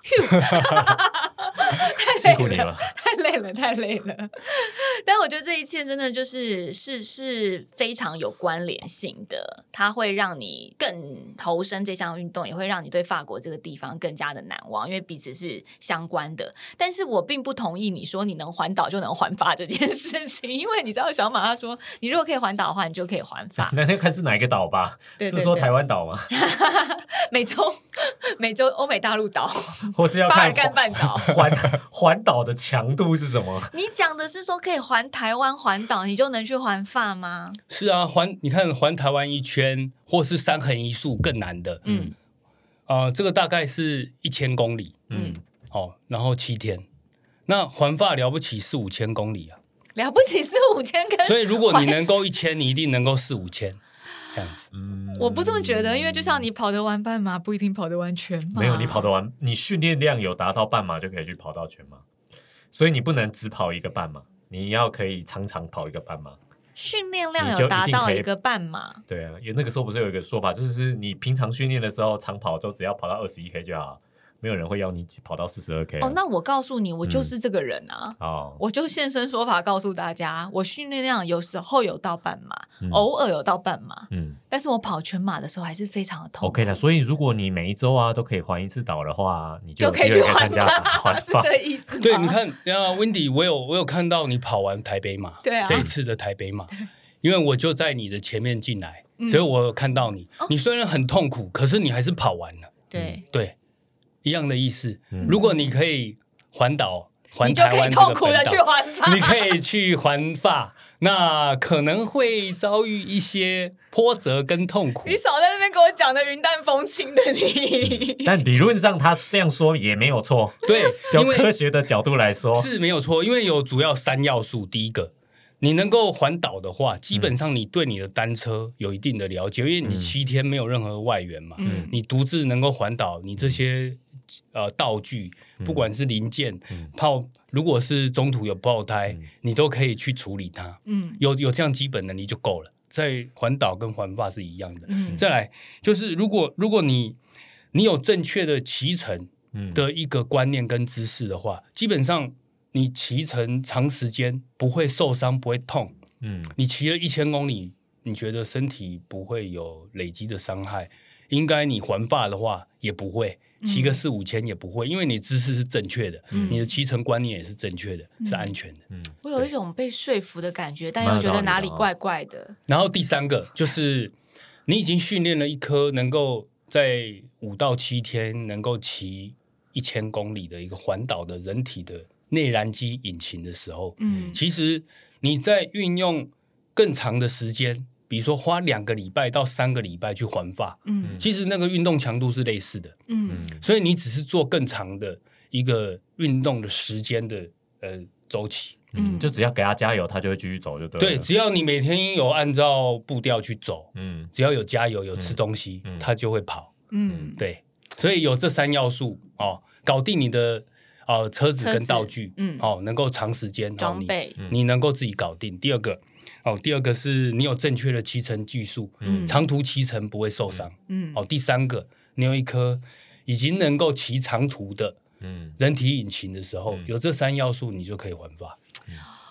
S3: 辛苦你了，
S2: 太累了，太累了。但我觉得这一切真的就是是是非常有关联性的，它会让你更投身这项运动，也会让你对法国这个地方更加的难忘，因为彼此是相关的。但是我并不同意你说你能环岛就能环法这件事情，因为你知道小马他说，你如果可以环岛的话，你就可以环法。
S3: 那就看是哪一个岛吧？对对对，是说台湾岛吗？
S2: 美洲、美洲、欧美大陆岛，
S3: 或是要看
S2: 巴尔干半岛
S3: 环环岛的强度是什么？
S2: 你讲的是说可以环台湾环岛，你就能去环法吗？
S1: 是啊，环你看环台湾一圈，或是三横一竖更难的。嗯，呃，这个大概是一千公里。嗯，哦，然后七天，那环法了不起四五千公里啊，
S2: 了不起四五千跟，
S1: 所以如果你能够一千，你一定能够四五千。这样子，
S2: 嗯，我不这么觉得，因为就像你跑得完半马，不一定跑得完全马。
S3: 没有，你跑得完，你训练量有达到半马就可以去跑到全马，所以你不能只跑一个半马，你要可以常常跑一个半马。
S2: 训练量有达到一个半马，
S3: 对啊，那个时候不是有一个说法，就是你平常训练的时候，长跑都只要跑到二十一 K 就好。没有人会要你跑到四十二 K、啊、
S2: 哦，那我告诉你，我就是这个人啊！嗯、哦，我就现身说法告诉大家，我训练量有时候有到半马，嗯、偶尔有到半马，嗯，但是我跑全马的时候还是非常的痛苦。
S3: OK 了，所以如果你每一周啊都可以环一次岛的话，你 就,
S2: 就可以去环马，是这个意思吗？
S1: 对，你看啊 ，Wendy， 我有我有看到你跑完台北马，
S2: 对啊，
S1: 这一次的台北马，因为我就在你的前面进来，嗯、所以我有看到你，哦、你虽然很痛苦，可是你还是跑完了，
S2: 对、
S1: 嗯、对。一样的意思、嗯，如果你可以环岛、环
S2: 台湾这个本岛，你就可以痛苦的去环法，
S1: 你可以去环法，那可能会遭遇一些波折跟痛苦。
S2: 你少在那边跟我讲的云淡风轻的你，
S3: 但理论上他这样说也没有错，
S1: 对，
S3: 就科学的角度来说
S1: 是没有错，因为有主要三要素，第一个。你能够环岛的话，基本上你对你的单车有一定的了解，嗯、因为你七天没有任何外援嘛，嗯、你独自能够环岛，你这些呃道具，不管是零件、嗯、泡，如果是中途有爆胎，嗯、你都可以去处理它。嗯、有有这样基本能力就够了。在环岛跟环法是一样的。嗯、再来就是如果如果你你有正确的骑乘的一个观念跟知识的话，基本上。你骑乘长时间不会受伤，不会痛。嗯，你骑了一千公里，你觉得身体不会有累积的伤害？应该你环法的话也不会，骑个四五千也不会，因为你姿势是正确的，嗯、你的骑乘观念也是正确的，嗯、是安全的。嗯，
S2: 我有一种被说服的感觉，但又觉得哪里怪怪的。
S1: 然后第三个就是你已经训练了一颗能够在五到七天能够骑一千公里的一个环岛的人体的。内燃机引擎的时候，嗯，其实你在运用更长的时间，比如说花两个礼拜到三个礼拜去环法，嗯，其实那个运动强度是类似的，嗯，所以你只是做更长的一个运动的时间的呃周期，
S3: 嗯，就只要给他加油，他就会继续走就对了。
S1: 对，只要你每天有按照步调去走，嗯，只要有加油有吃东西，嗯、他就会跑，嗯，对，所以有这三要素哦，搞定你的。哦、呃，车子跟道具，嗯，哦，能够长时间
S2: 装备、
S1: 哦，你你能够自己搞定。第二个，哦，第二个是你有正确的骑乘技术，嗯，长途骑乘不会受伤，嗯，哦，第三个，你有一颗已经能够骑长途的，嗯，人体引擎的时候，嗯、有这三要素，你就可以环法。嗯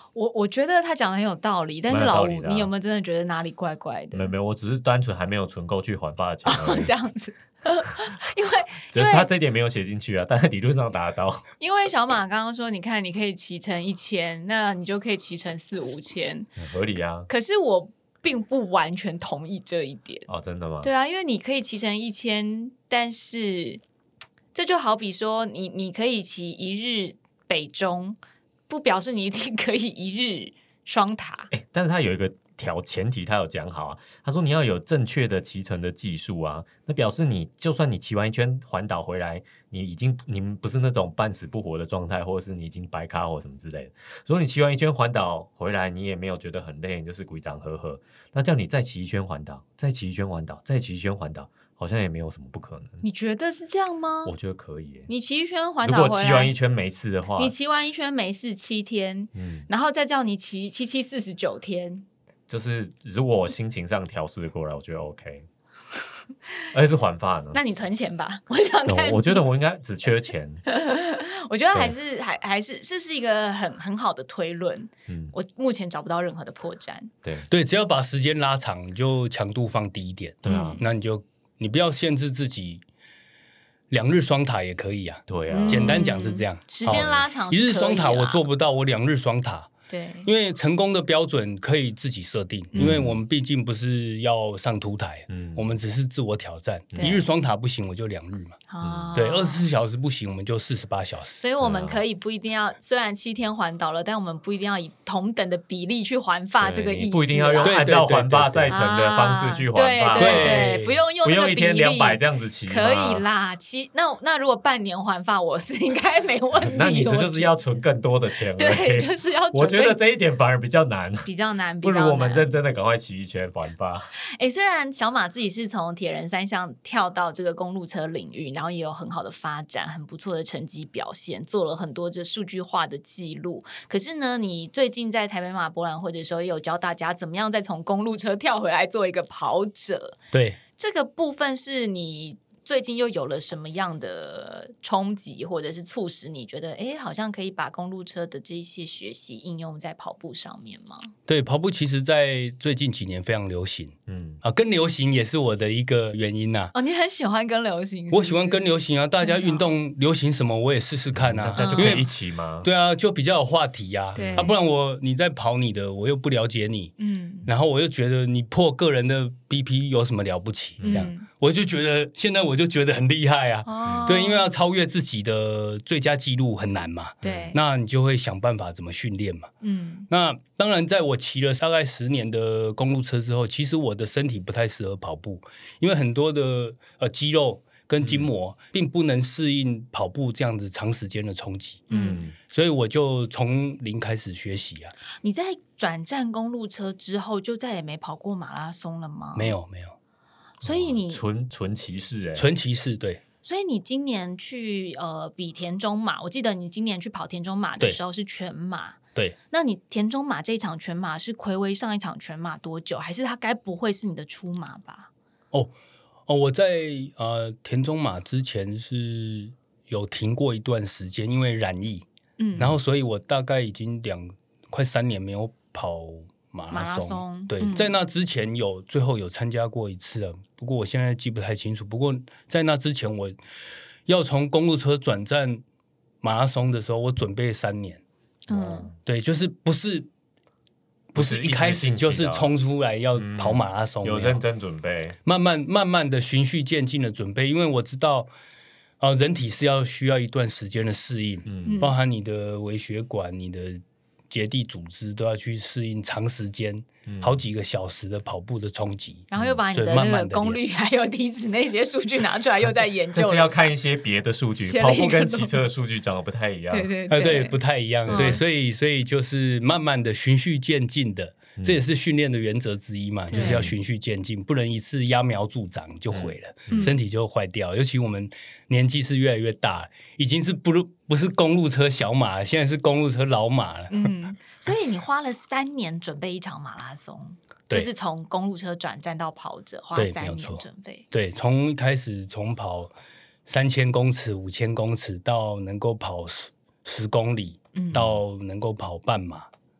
S2: 我我觉得他讲的很有道理，但是老吴，你有没有真的觉得哪里怪怪的？
S3: 没有没有，我只是单纯还没有存够去还发的钱而已。
S2: 哦，这样子。因为
S3: 只是他这一点没有写进去啊，但是理论上达得到。
S2: 因为小马刚刚说，你看你可以骑成一千，那你就可以骑成四五千，
S3: 合理啊。
S2: 可是我并不完全同意这一点。
S3: 哦，真的吗？
S2: 对啊，因为你可以骑成一千，但是这就好比说你你可以骑一日北中，不表示你一定可以一日双塔。
S3: 欸，但是他有一个条前提他有讲好啊，他说你要有正确的骑乘的技术啊，那表示你就算你骑完一圈环岛回来，你已经你们不是那种半死不活的状态，或者是你已经白卡或什么之类的，所以你骑完一圈环岛回来，你也没有觉得很累，你就是鬼长呵呵，那叫你再骑一圈环岛，再骑一圈环岛，再骑一圈环岛，好像也没有什么不可能。
S2: 你觉得是这样吗？
S3: 我觉得可以耶。
S2: 你骑一圈环岛回来，
S3: 如果骑完一圈没事的话，
S2: 你骑完一圈没事七天，嗯，然后再叫你骑七七四十九天，
S3: 就是如果我心情上调试过来，我觉得 OK。而且是环法呢？
S2: 那你存钱吧，我想看。
S3: 我觉得我应该只缺钱。
S2: 我觉得还是还还是这是一个很很好的推论。嗯，我目前找不到任何的破绽。
S3: 对
S1: 对，只要把时间拉长，你就强度放低一点。
S3: 对啊，
S1: 那你就你不要限制自己。两日双塔也可以啊，
S3: 对啊，
S1: 简单讲是这样。
S2: 嗯、时间拉长、啊，
S1: 一日双塔我做不到，我两日双塔。
S2: 对，
S1: 因为成功的标准可以自己设定，嗯、因为我们毕竟不是要上凸台，嗯、我们只是自我挑战。一日双塔不行，我就两日嘛。嗯、对，二十四小时不行，我们就四十八小时。
S2: 所以我们可以不一定要，虽然七天环岛了，但我们不一定要以同等的比例去环法这个意思、啊，
S3: 不一定要用按照环法赛程的方式去环法，
S2: 对对 对, 对，不用用那个比例，
S3: 不用一天两百这样子骑，
S2: 可以啦。骑那那如果半年环法，我是应该没问题。
S3: 那你这就是要存更多的钱，
S2: 对，就是要。
S3: 我觉得这一点反而比较难，
S2: 比较难，
S3: 不如我们认真的赶快骑一圈环法。
S2: 哎、欸，虽然小马自己是从铁人三项跳到这个公路车领域，然后也有很好的发展，很不错的成绩表现，做了很多这数据化的记录。可是呢，你最近在台北马博览会的时候，也有教大家怎么样再从公路车跳回来做一个跑者。
S1: 对，
S2: 这个部分是你最近又有了什么样的冲击，或者是促使你觉得哎，好像可以把公路车的这些学习应用在跑步上面吗？
S1: 对，跑步其实在最近几年非常流行，嗯啊，跟流行也是我的一个原因呐、啊。
S2: 哦，你很喜欢跟流行是不是？
S1: 我喜欢跟流行啊，大家运动流行什么我也试试看啊，
S3: 大家就可以一起吗？
S1: 对啊，就比较有话题啊。
S2: 对
S1: 啊，不然我你在跑你的，我又不了解你，嗯，然后我又觉得你破个人的 B P 有什么了不起？这样、嗯、我就觉得现在我就觉得很厉害啊。哦、对，因为要超越自己的最佳纪录很难嘛。
S2: 对，
S1: 那你就会想办法怎么训练嘛。嗯，那当然，在我骑了大概十年的公路车之后，其实我的身体不太适合跑步，因为很多的呃肌肉跟筋膜并不能适应跑步这样子长时间的冲击。嗯，所以我就从零开始学习啊。
S2: 你在转战公路车之后，就再也没跑过马拉松了吗？
S1: 没有，没有。
S2: 所以你
S3: 纯纯骑士哎，
S1: 纯骑士对。
S2: 所以你今年去呃比田中马，我记得你今年去跑田中马的时候是全马。
S1: 对，
S2: 那你田中马这一场全马是睽违上一场全马多久？还是它该不会是你的初马吧？
S1: 哦哦，我在呃田中马之前是有停过一段时间，因为染疫，嗯，然后所以我大概已经两快三年没有跑马拉松。马拉松对、嗯，在那之前有最后有参加过一次了，不过我现在记不太清楚。不过在那之前，我要从公路车转战马拉松的时候，我准备三年。嗯，对，就是不是不是一开始就是冲出来要跑马拉松，
S3: 嗯、有认真准备，
S1: 慢慢慢慢的循序渐进的准备，因为我知道，呃，人体是要需要一段时间的适应，嗯，包含你的微血管、你的结缔组织都要去适应长时间、嗯、好几个小时的跑步的冲击，
S2: 然后又把你的那个功率还有体脂那些数据拿出来，又在研究。
S3: 这是要看一些别的数据，跑步跟骑车的数据长得不太一样。
S2: 对对对，
S1: 呃、对，不太一样。嗯、对，所以所以就是慢慢的循序渐进的。这也是训练的原则之一嘛，就是要循序渐进，不能一次揠苗助长就毁了、嗯、身体就坏掉。尤其我们年纪是越来越大，已经是不不是公路车小马了，现在是公路车老马了。
S2: 嗯，所以你花了三年准备一场马拉松，就是从公路车转战到跑者，花三年准备。
S1: 对，从一开始从跑三千公尺、五千公尺到能够跑十十公里、嗯，到能够跑半马。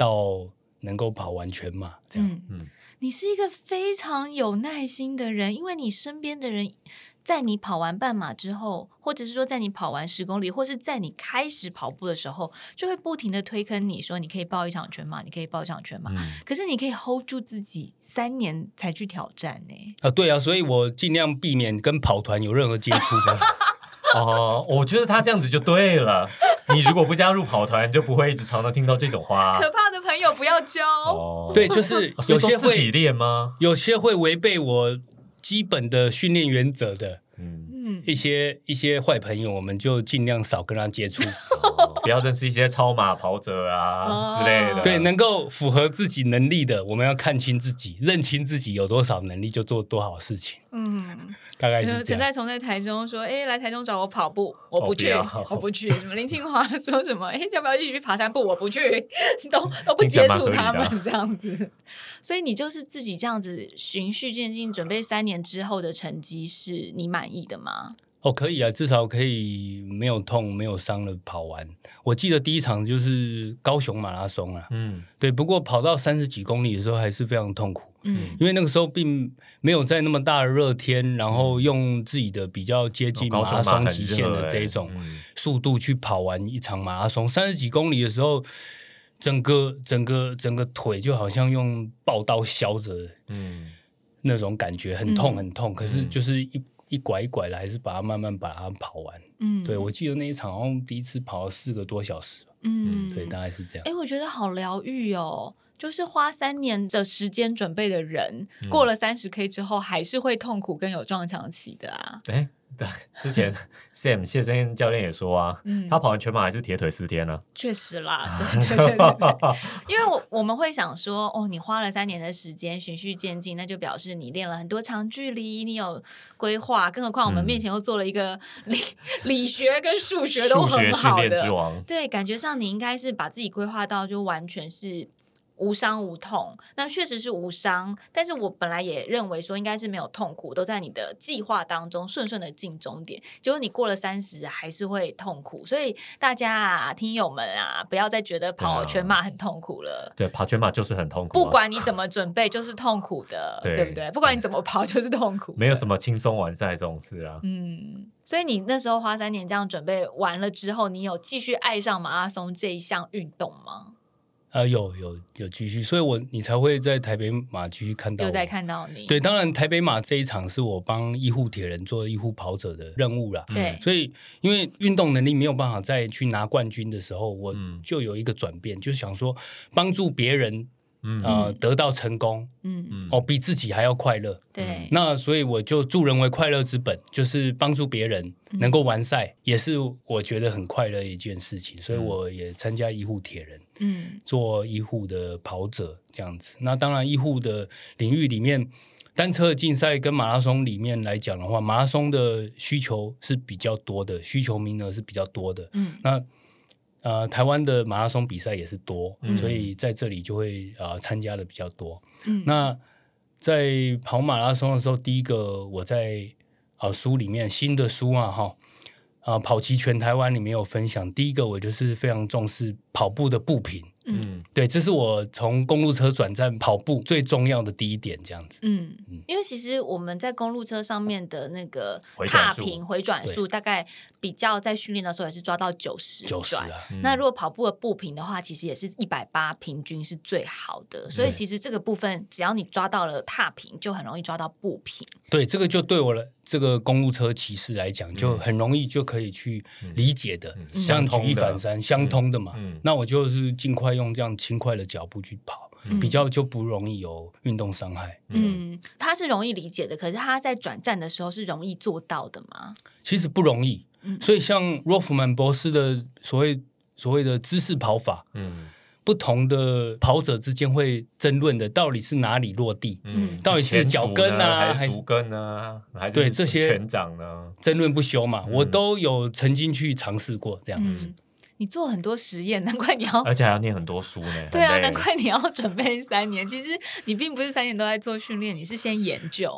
S1: 到能够跑完全马这样。
S2: 嗯嗯，你是一个非常有耐心的人，因为你身边的人在你跑完半马之后，或者是说在你跑完十公里，或是在你开始跑步的时候，就会不停的推坑你说你可以报一场全马，你可以报一场全马、嗯、可是你可以 hold 住自己三年才去挑战呢、
S1: 啊，对啊，所以我尽量避免跟跑团有任何接触的。
S3: 哦，我觉得他这样子就对了。你如果不加入跑团，就不会一直常常听到这种话。
S2: 可怕的朋友不要交。
S1: 哦，对，就是有些会
S3: 自己练吗？
S1: 有些会违背我基本的训练原则的。嗯，一些一些坏朋友，我们就尽量少跟他接触。
S3: 哦，不要认识一些超马跑者啊、哦、之类的。
S1: 对，能够符合自己能力的，我们要看清自己，认清自己有多少能力，就做多少事情。嗯。大概是这样。
S2: 陈代从在台中说：“哎，来台中找我跑步，我不去，哦、我不去。”什么林庆华说什么：“哎，要不要继续爬山步？我不去，都都不接触他们这样子。”所以你就是自己这样子循序渐进，准备三年之后的成绩是你满意的吗？
S1: 哦，可以啊，至少可以没有痛、没有伤的跑完。我记得第一场就是高雄马拉松啊，嗯，对。不过跑到三十几公里的时候还是非常痛苦。嗯，因为那个时候并没有在那么大的热天，然后用自己的比较接近马拉松极限的这种速度去跑完一场马拉松，三十几公里的时候，整个整个整个腿就好像用刨刀削着，嗯，那种感觉很痛很痛，嗯、可是就是一一拐一拐的，还是把它慢慢把它跑完。嗯，对，我记得那一场好像第一次跑了四个多小时吧。嗯，对，大概是这样。
S2: 哎，我觉得好疗愈哦。就是花三年的时间准备的人，嗯、过了三十 K 之后，还是会痛苦跟有撞墙期的啊。
S3: 哎，对，之前 Sam 谢生燕教练也说啊，嗯、他跑完全马还是铁腿四天呢、啊。
S2: 确实啦，对对对对对，因为我我们会想说，哦，你花了三年的时间循序渐进，那就表示你练了很多长距离，你有规划，更何况我们面前又做了一个理、嗯、理学跟数学都很好的，
S3: 数学训练之王。
S2: 对，感觉上你应该是把自己规划到就完全是无伤无痛，那确实是无伤，但是我本来也认为说应该是没有痛苦，都在你的计划当中顺顺的进终点，结果你过了三十还是会痛苦，所以大家啊，听友们啊，不要再觉得跑全马很痛苦了。
S3: 对，跑全马就是很痛苦、
S2: 啊，不管你怎么准备就是痛苦的，对, 对不对？不管你怎么跑就是痛苦，
S3: 没有什么轻松完赛这种事啊。
S2: 嗯，所以你那时候花三年这样准备完了之后，你有继续爱上马拉松这一项运动吗？
S1: 呃，有有有继续，所以我你才会在台北马继续看到我，
S2: 有在看到你。
S1: 对，当然台北马这一场是我帮医护铁人做医护跑者的任务啦。
S2: 对，
S1: 所以因为运动能力没有办法再去拿冠军的时候，我就有一个转变，嗯、就想说帮助别人。嗯呃，得到成功，嗯哦，比自己还要快乐。
S2: 对，
S1: 那所以我就助人为快乐之本，就是帮助别人能够完赛，嗯、也是我觉得很快乐的一件事情。所以我也参加医护铁人，嗯，做医护的跑者这样子。那当然，医护的领域里面，单车竞赛跟马拉松里面来讲的话，马拉松的需求是比较多的，需求名额是比较多的。嗯，那。呃，台湾的马拉松比赛也是多，嗯、所以在这里就会呃参加的比较多。嗯、那在跑马拉松的时候，第一个我在呃书里面新的书啊哈啊、呃、跑骑全台湾里面有分享，第一个我就是非常重视跑步的步频。嗯，对，这是我从公路车转战跑步最重要的第一点，这样子。
S2: 嗯，嗯因为其实我们在公路车上面的那个踏频回转数，大概比较在训练的时候也是抓到九十转。啊嗯、那如果跑步的步频的话，其实也是一百八平均是最好的。所以其实这个部分，只要你抓到了踏频，就很容易抓到步频。
S1: 对，这个就对我的这个公路车骑士来讲，就很容易就可以去理解的，嗯、像举一反三，相通的嘛。嗯嗯、那我就是尽快用这样轻快的脚步去跑，嗯、比较就不容易有运动伤害。
S2: 嗯，他是容易理解的，可是他在转站的时候是容易做到的吗？
S1: 其实不容易。嗯、所以像 Rothman 博士的所谓所谓的姿势跑法，嗯。不同的跑者之间会争论的，到底是哪里落地？嗯，到底是脚跟啊，
S3: 还是足跟啊，还是
S1: 对这些
S3: 拳掌呢？
S1: 争论不休嘛。嗯、我都有曾经去尝试过这样子。嗯、
S2: 你做很多实验，难怪你要，
S3: 而且还要念很多书呢。
S2: 对啊，难怪你要准备三年。其实你并不是三年都在做训练，你是先研究。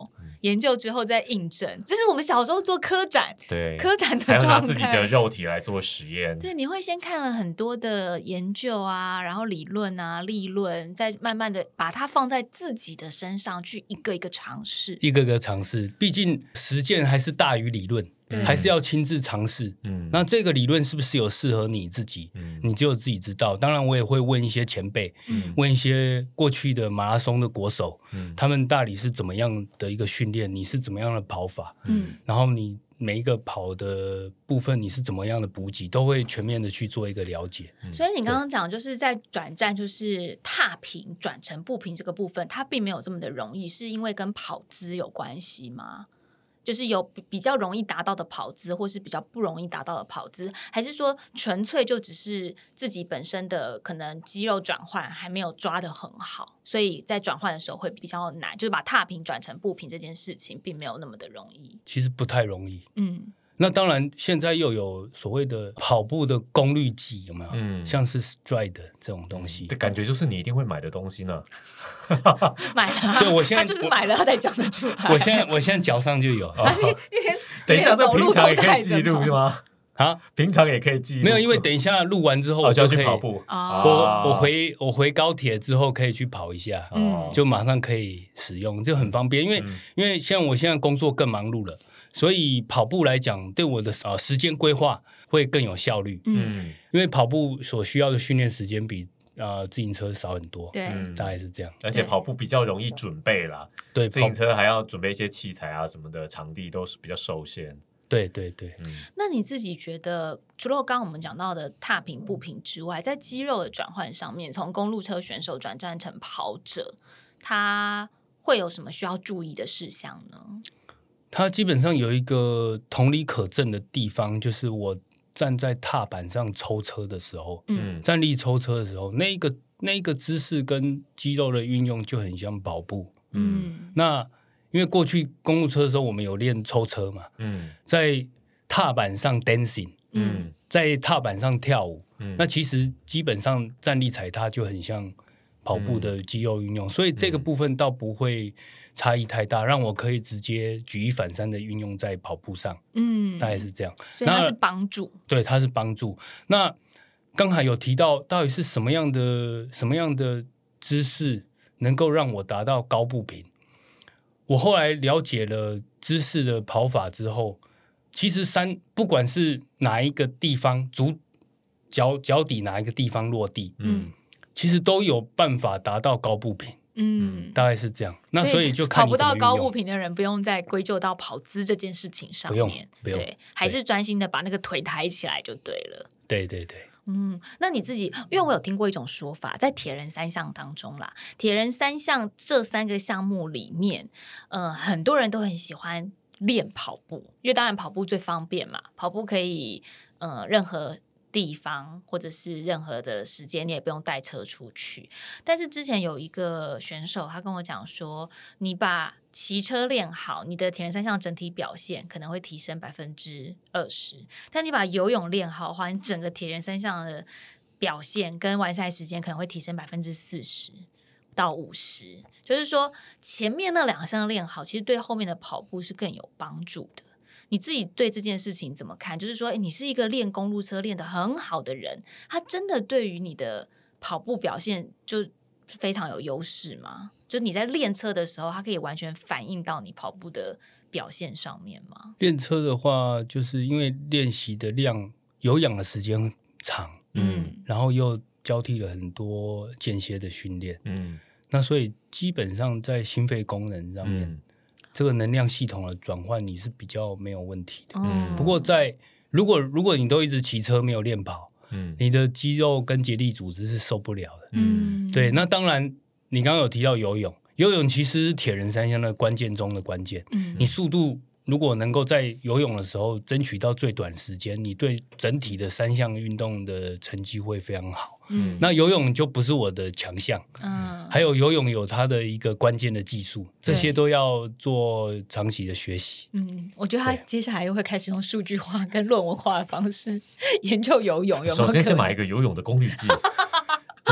S2: 研究之后再印证，这是我们小时候做科展，
S3: 对，
S2: 科展的状态，
S3: 还要拿自己的肉体来做实验。
S2: 对，你会先看了很多的研究啊，然后理论啊、立论，再慢慢的把它放在自己的身上去一个一个尝试，
S1: 一个个尝试。毕竟实践还是大于理论。还是要亲自尝试、嗯、那这个理论是不是有适合你自己、嗯、你只有自己知道。当然我也会问一些前辈、嗯、问一些过去的马拉松的国手、嗯、他们到底是怎么样的一个训练，你是怎么样的跑法、嗯、然后你每一个跑的部分你是怎么样的补给，都会全面的去做一个了解、
S2: 嗯、所以你刚刚讲就是在转站就是踏平转成步平这个部分它并没有这么的容易，是因为跟跑姿有关系吗？就是有比较容易达到的跑姿，或是比较不容易达到的跑姿，还是说纯粹就只是自己本身的可能肌肉转换还没有抓得很好，所以在转换的时候会比较难，就是把踏平转成步平这件事情并没有那么的容易。
S1: 其实不太容易。嗯，那当然现在又有所谓的跑步的功率计，有没有、嗯、像是 Stride 这种东西、
S3: 嗯、感觉就是你一定会买的东西呢。
S2: 买了，
S1: 对，我现在
S2: 他就是买了他才讲得出来。
S1: 我现在我现在脚上就有、哦、
S3: 等一下这平常也可以记录是吗？
S1: 啊，
S3: 平常也可以记录？
S1: 没有，因为等一下录完之后我
S3: 就可以、
S1: 哦、就去跑
S3: 步、
S1: 哦、我我回我回高铁之后可以去跑一下、嗯、就马上可以使用，就很方便。因为、嗯、因为像我现在工作更忙碌了，所以跑步来讲对我的、呃、时间规划会更有效率。嗯，因为跑步所需要的训练时间比呃，自行车少很多，
S2: 对、
S1: 嗯，大概是这样。
S3: 而且跑步比较容易准备啦，
S1: 对，
S3: 自行车还要准备一些器材啊什么的，场地都是比较受限。
S1: 对对对、嗯、
S2: 那你自己觉得除了刚刚我们讲到的踏平步平之外，在肌肉的转换上面，从公路车选手转战成跑者，他会有什么需要注意的事项呢？
S1: 他基本上有一个同理可证的地方，就是我站在踏板上抽车的时候，嗯，站立抽车的时候，那一个那一个姿势跟肌肉的运用就很像跑步，嗯，那因为过去公路车的时候我们有练抽车嘛，嗯，在踏板上 dancing， 嗯，在踏板上跳舞，嗯，那其实基本上站立踩踏就很像跑步的肌肉运用，嗯，所以这个部分倒不会差异太大，让我可以直接举一反三的运用在跑步上，嗯，大概是这样。
S2: 所以它是帮助，
S1: 对，它是帮助。那刚才有提到，到底是什么样的什么样的姿势能够让我达到高步频？我后来了解了姿势的跑法之后，其实三不管是哪一个地方，足脚脚底哪一个地方落地，嗯，其实都有办法达到高步频。嗯，大概是这样。那所以就看你
S2: 跑不到高步频的人，不用再归咎到跑姿这件事情上面，
S1: 不用，不用，
S2: 对，还是专心的把那个腿抬起来就对了。
S1: 对对对。
S2: 嗯，那你自己，因为我有听过一种说法，在铁人三项当中啦，铁人三项这三个项目里面，呃，很多人都很喜欢练跑步，因为当然跑步最方便嘛，跑步可以呃任何地方或者是任何的时间你也不用带车出去。但是之前有一个选手他跟我讲说，你把骑车练好，你的铁人三项整体表现可能会提升百分之二十，但你把游泳练好的话，你整个铁人三项的表现跟完赛时间可能会提升百分之四十到五十。就是说前面那两项练好，其实对后面的跑步是更有帮助的。你自己对这件事情怎么看？就是说你是一个练公路车练得很好的人，他真的对于你的跑步表现就非常有优势吗？就你在练车的时候，它可以完全反映到你跑步的表现上面吗？
S1: 练车的话，就是因为练习的量有氧的时间长，嗯，然后又交替了很多间歇的训练，嗯，那所以基本上在心肺功能上面，嗯，这个能量系统的转换你是比较没有问题的。嗯，不过在如果如果你都一直骑车没有练跑，嗯，你的肌肉跟结缔组织是受不了的。嗯，对，那当然你刚刚有提到游泳，游泳其实是铁人三项的关键中的关键。嗯，你速度如果能够在游泳的时候争取到最短时间，你对整体的三项运动的成绩会非常好。嗯，那游泳就不是我的强项。嗯，还有游泳有它的一个关键的技术，这些都要做长期的学习。
S2: 嗯，我觉得他接下来又会开始用数据化跟论文化的方式研究游泳，有没有可能？
S3: 首先先买一个游泳的功率计。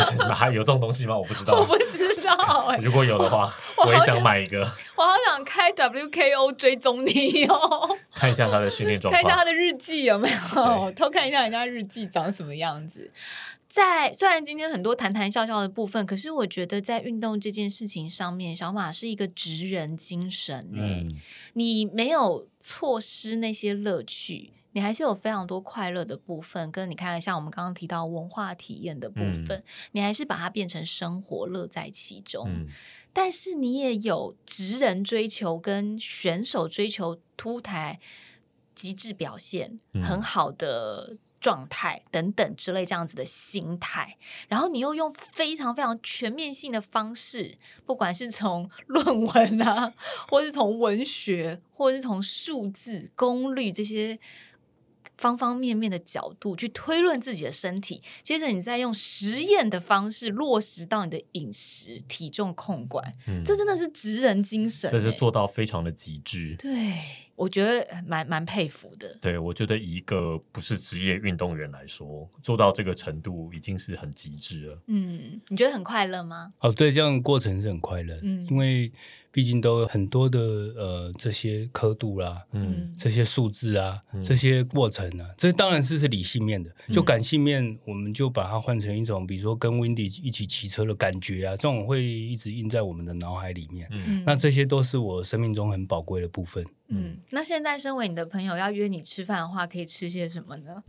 S3: 是还有这种东西吗？我不知道，
S2: 我不知道、欸。
S3: 如果有的话，我也想买一个。
S2: 我好想开 W K O 追踪你哦，
S3: 看一下他的训练状况，
S2: 看一下他的日记有没有，偷看一下人家日记长什么样子。在虽然今天很多谈谈笑笑的部分，可是我觉得在运动这件事情上面，小马是一个职人精神、欸嗯、你没有错失那些乐趣，你还是有非常多快乐的部分，跟你看像我们刚刚提到文化体验的部分、嗯、你还是把它变成生活，乐在其中、嗯、但是你也有职人追求跟选手追求凸台极致表现、嗯、很好的状态等等之类这样子的心态，然后你又用非常非常全面性的方式，不管是从论文啊，或是从文学，或者是从数字功率这些方方面面的角度去推论自己的身体，接着你再用实验的方式落实到你的饮食体重控管、嗯、这真的是职人精神、欸、
S3: 这是做到非常的极致。
S2: 对，我觉得蛮蛮佩服的。
S3: 对，我觉得以一个不是职业运动员来说，做到这个程度已经是很极致了。
S2: 嗯，你觉得很快乐吗？
S1: 哦，对，这样的过程是很快乐、嗯、因为毕竟都有很多的呃这些刻度啦，嗯，这些数字啊、嗯，这些过程啊，这当然是是理性面的。就感性面，我们就把它换成一种，比如说跟 Wendy 一起骑车的感觉啊，这种会一直印在我们的脑海里面。嗯，那这些都是我生命中很宝贵的部分。
S2: 嗯，那现在身为你的朋友要约你吃饭的话，可以吃些什么呢？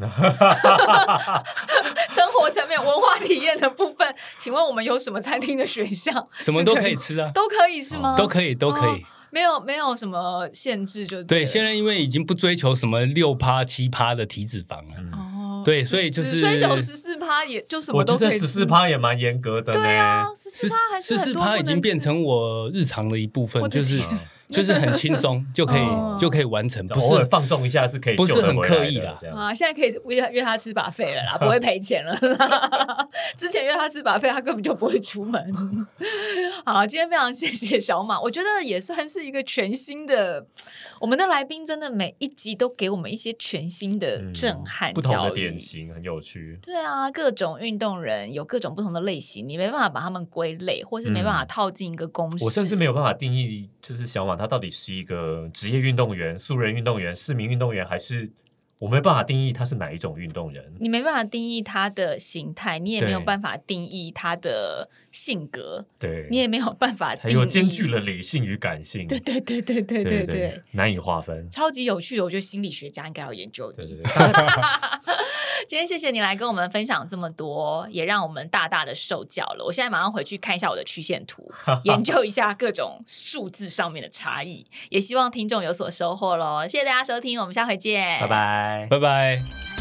S2: 生活层面、文化体验的部分，请问我们有什么餐厅的选项？
S1: 什么都可以吃啊，
S2: 都可以是吗？
S1: 哦、都可以，都可以。哦，
S2: 没有没有什么限制就对。
S1: 对，现在因为已经不追求什么六趴七趴的体脂肪了。嗯，对，所以就是
S2: 只追求十四趴，也就什么都可以吃。
S3: 我觉得十四趴也蛮严格的呢。
S2: 对啊，十四趴还是很多不能吃。十四趴
S1: 已经变成我日常的一部分，就是就是很轻松就可以、哦、就可以完成，不是
S3: 偶尔放纵一下是可以救得回来的，
S1: 不是很刻意啦。
S2: 啊，现在可以约约他吃buffet了啦，不会赔钱了啦。之前约他吃buffet，他根本就不会出门。好，今天非常谢谢小马，我觉得也算是一个全新的，我们的来宾真的每一集都给我们一些全新的震撼、嗯、
S3: 不同的典型，很有趣。
S2: 对啊，各种运动人有各种不同的类型，你没办法把他们归类，或是没办法套进一个公式、
S3: 嗯、我甚至没有办法定义，就是小马他到底是一个职业运动员、素人运动员、市民运动员，还是我没办法定义他是哪一种运动人。
S2: 你没办法定义他的形态，你也没有办法定义他的性格，对，你也没有办法定义，
S3: 还有兼具了理性与感性，
S2: 对对对对对对 对, 对, 对，
S3: 难以划分，
S2: 超级有趣的。我觉得心理学家应该要研究的。
S3: 对对对
S2: 今天谢谢你来跟我们分享这么多，也让我们大大的受教了。我现在马上回去看一下我的曲线图，研究一下各种数字上面的差异，也希望听众有所收获咯。谢谢大家收听，我们下回见，
S3: 拜拜，
S1: 拜拜。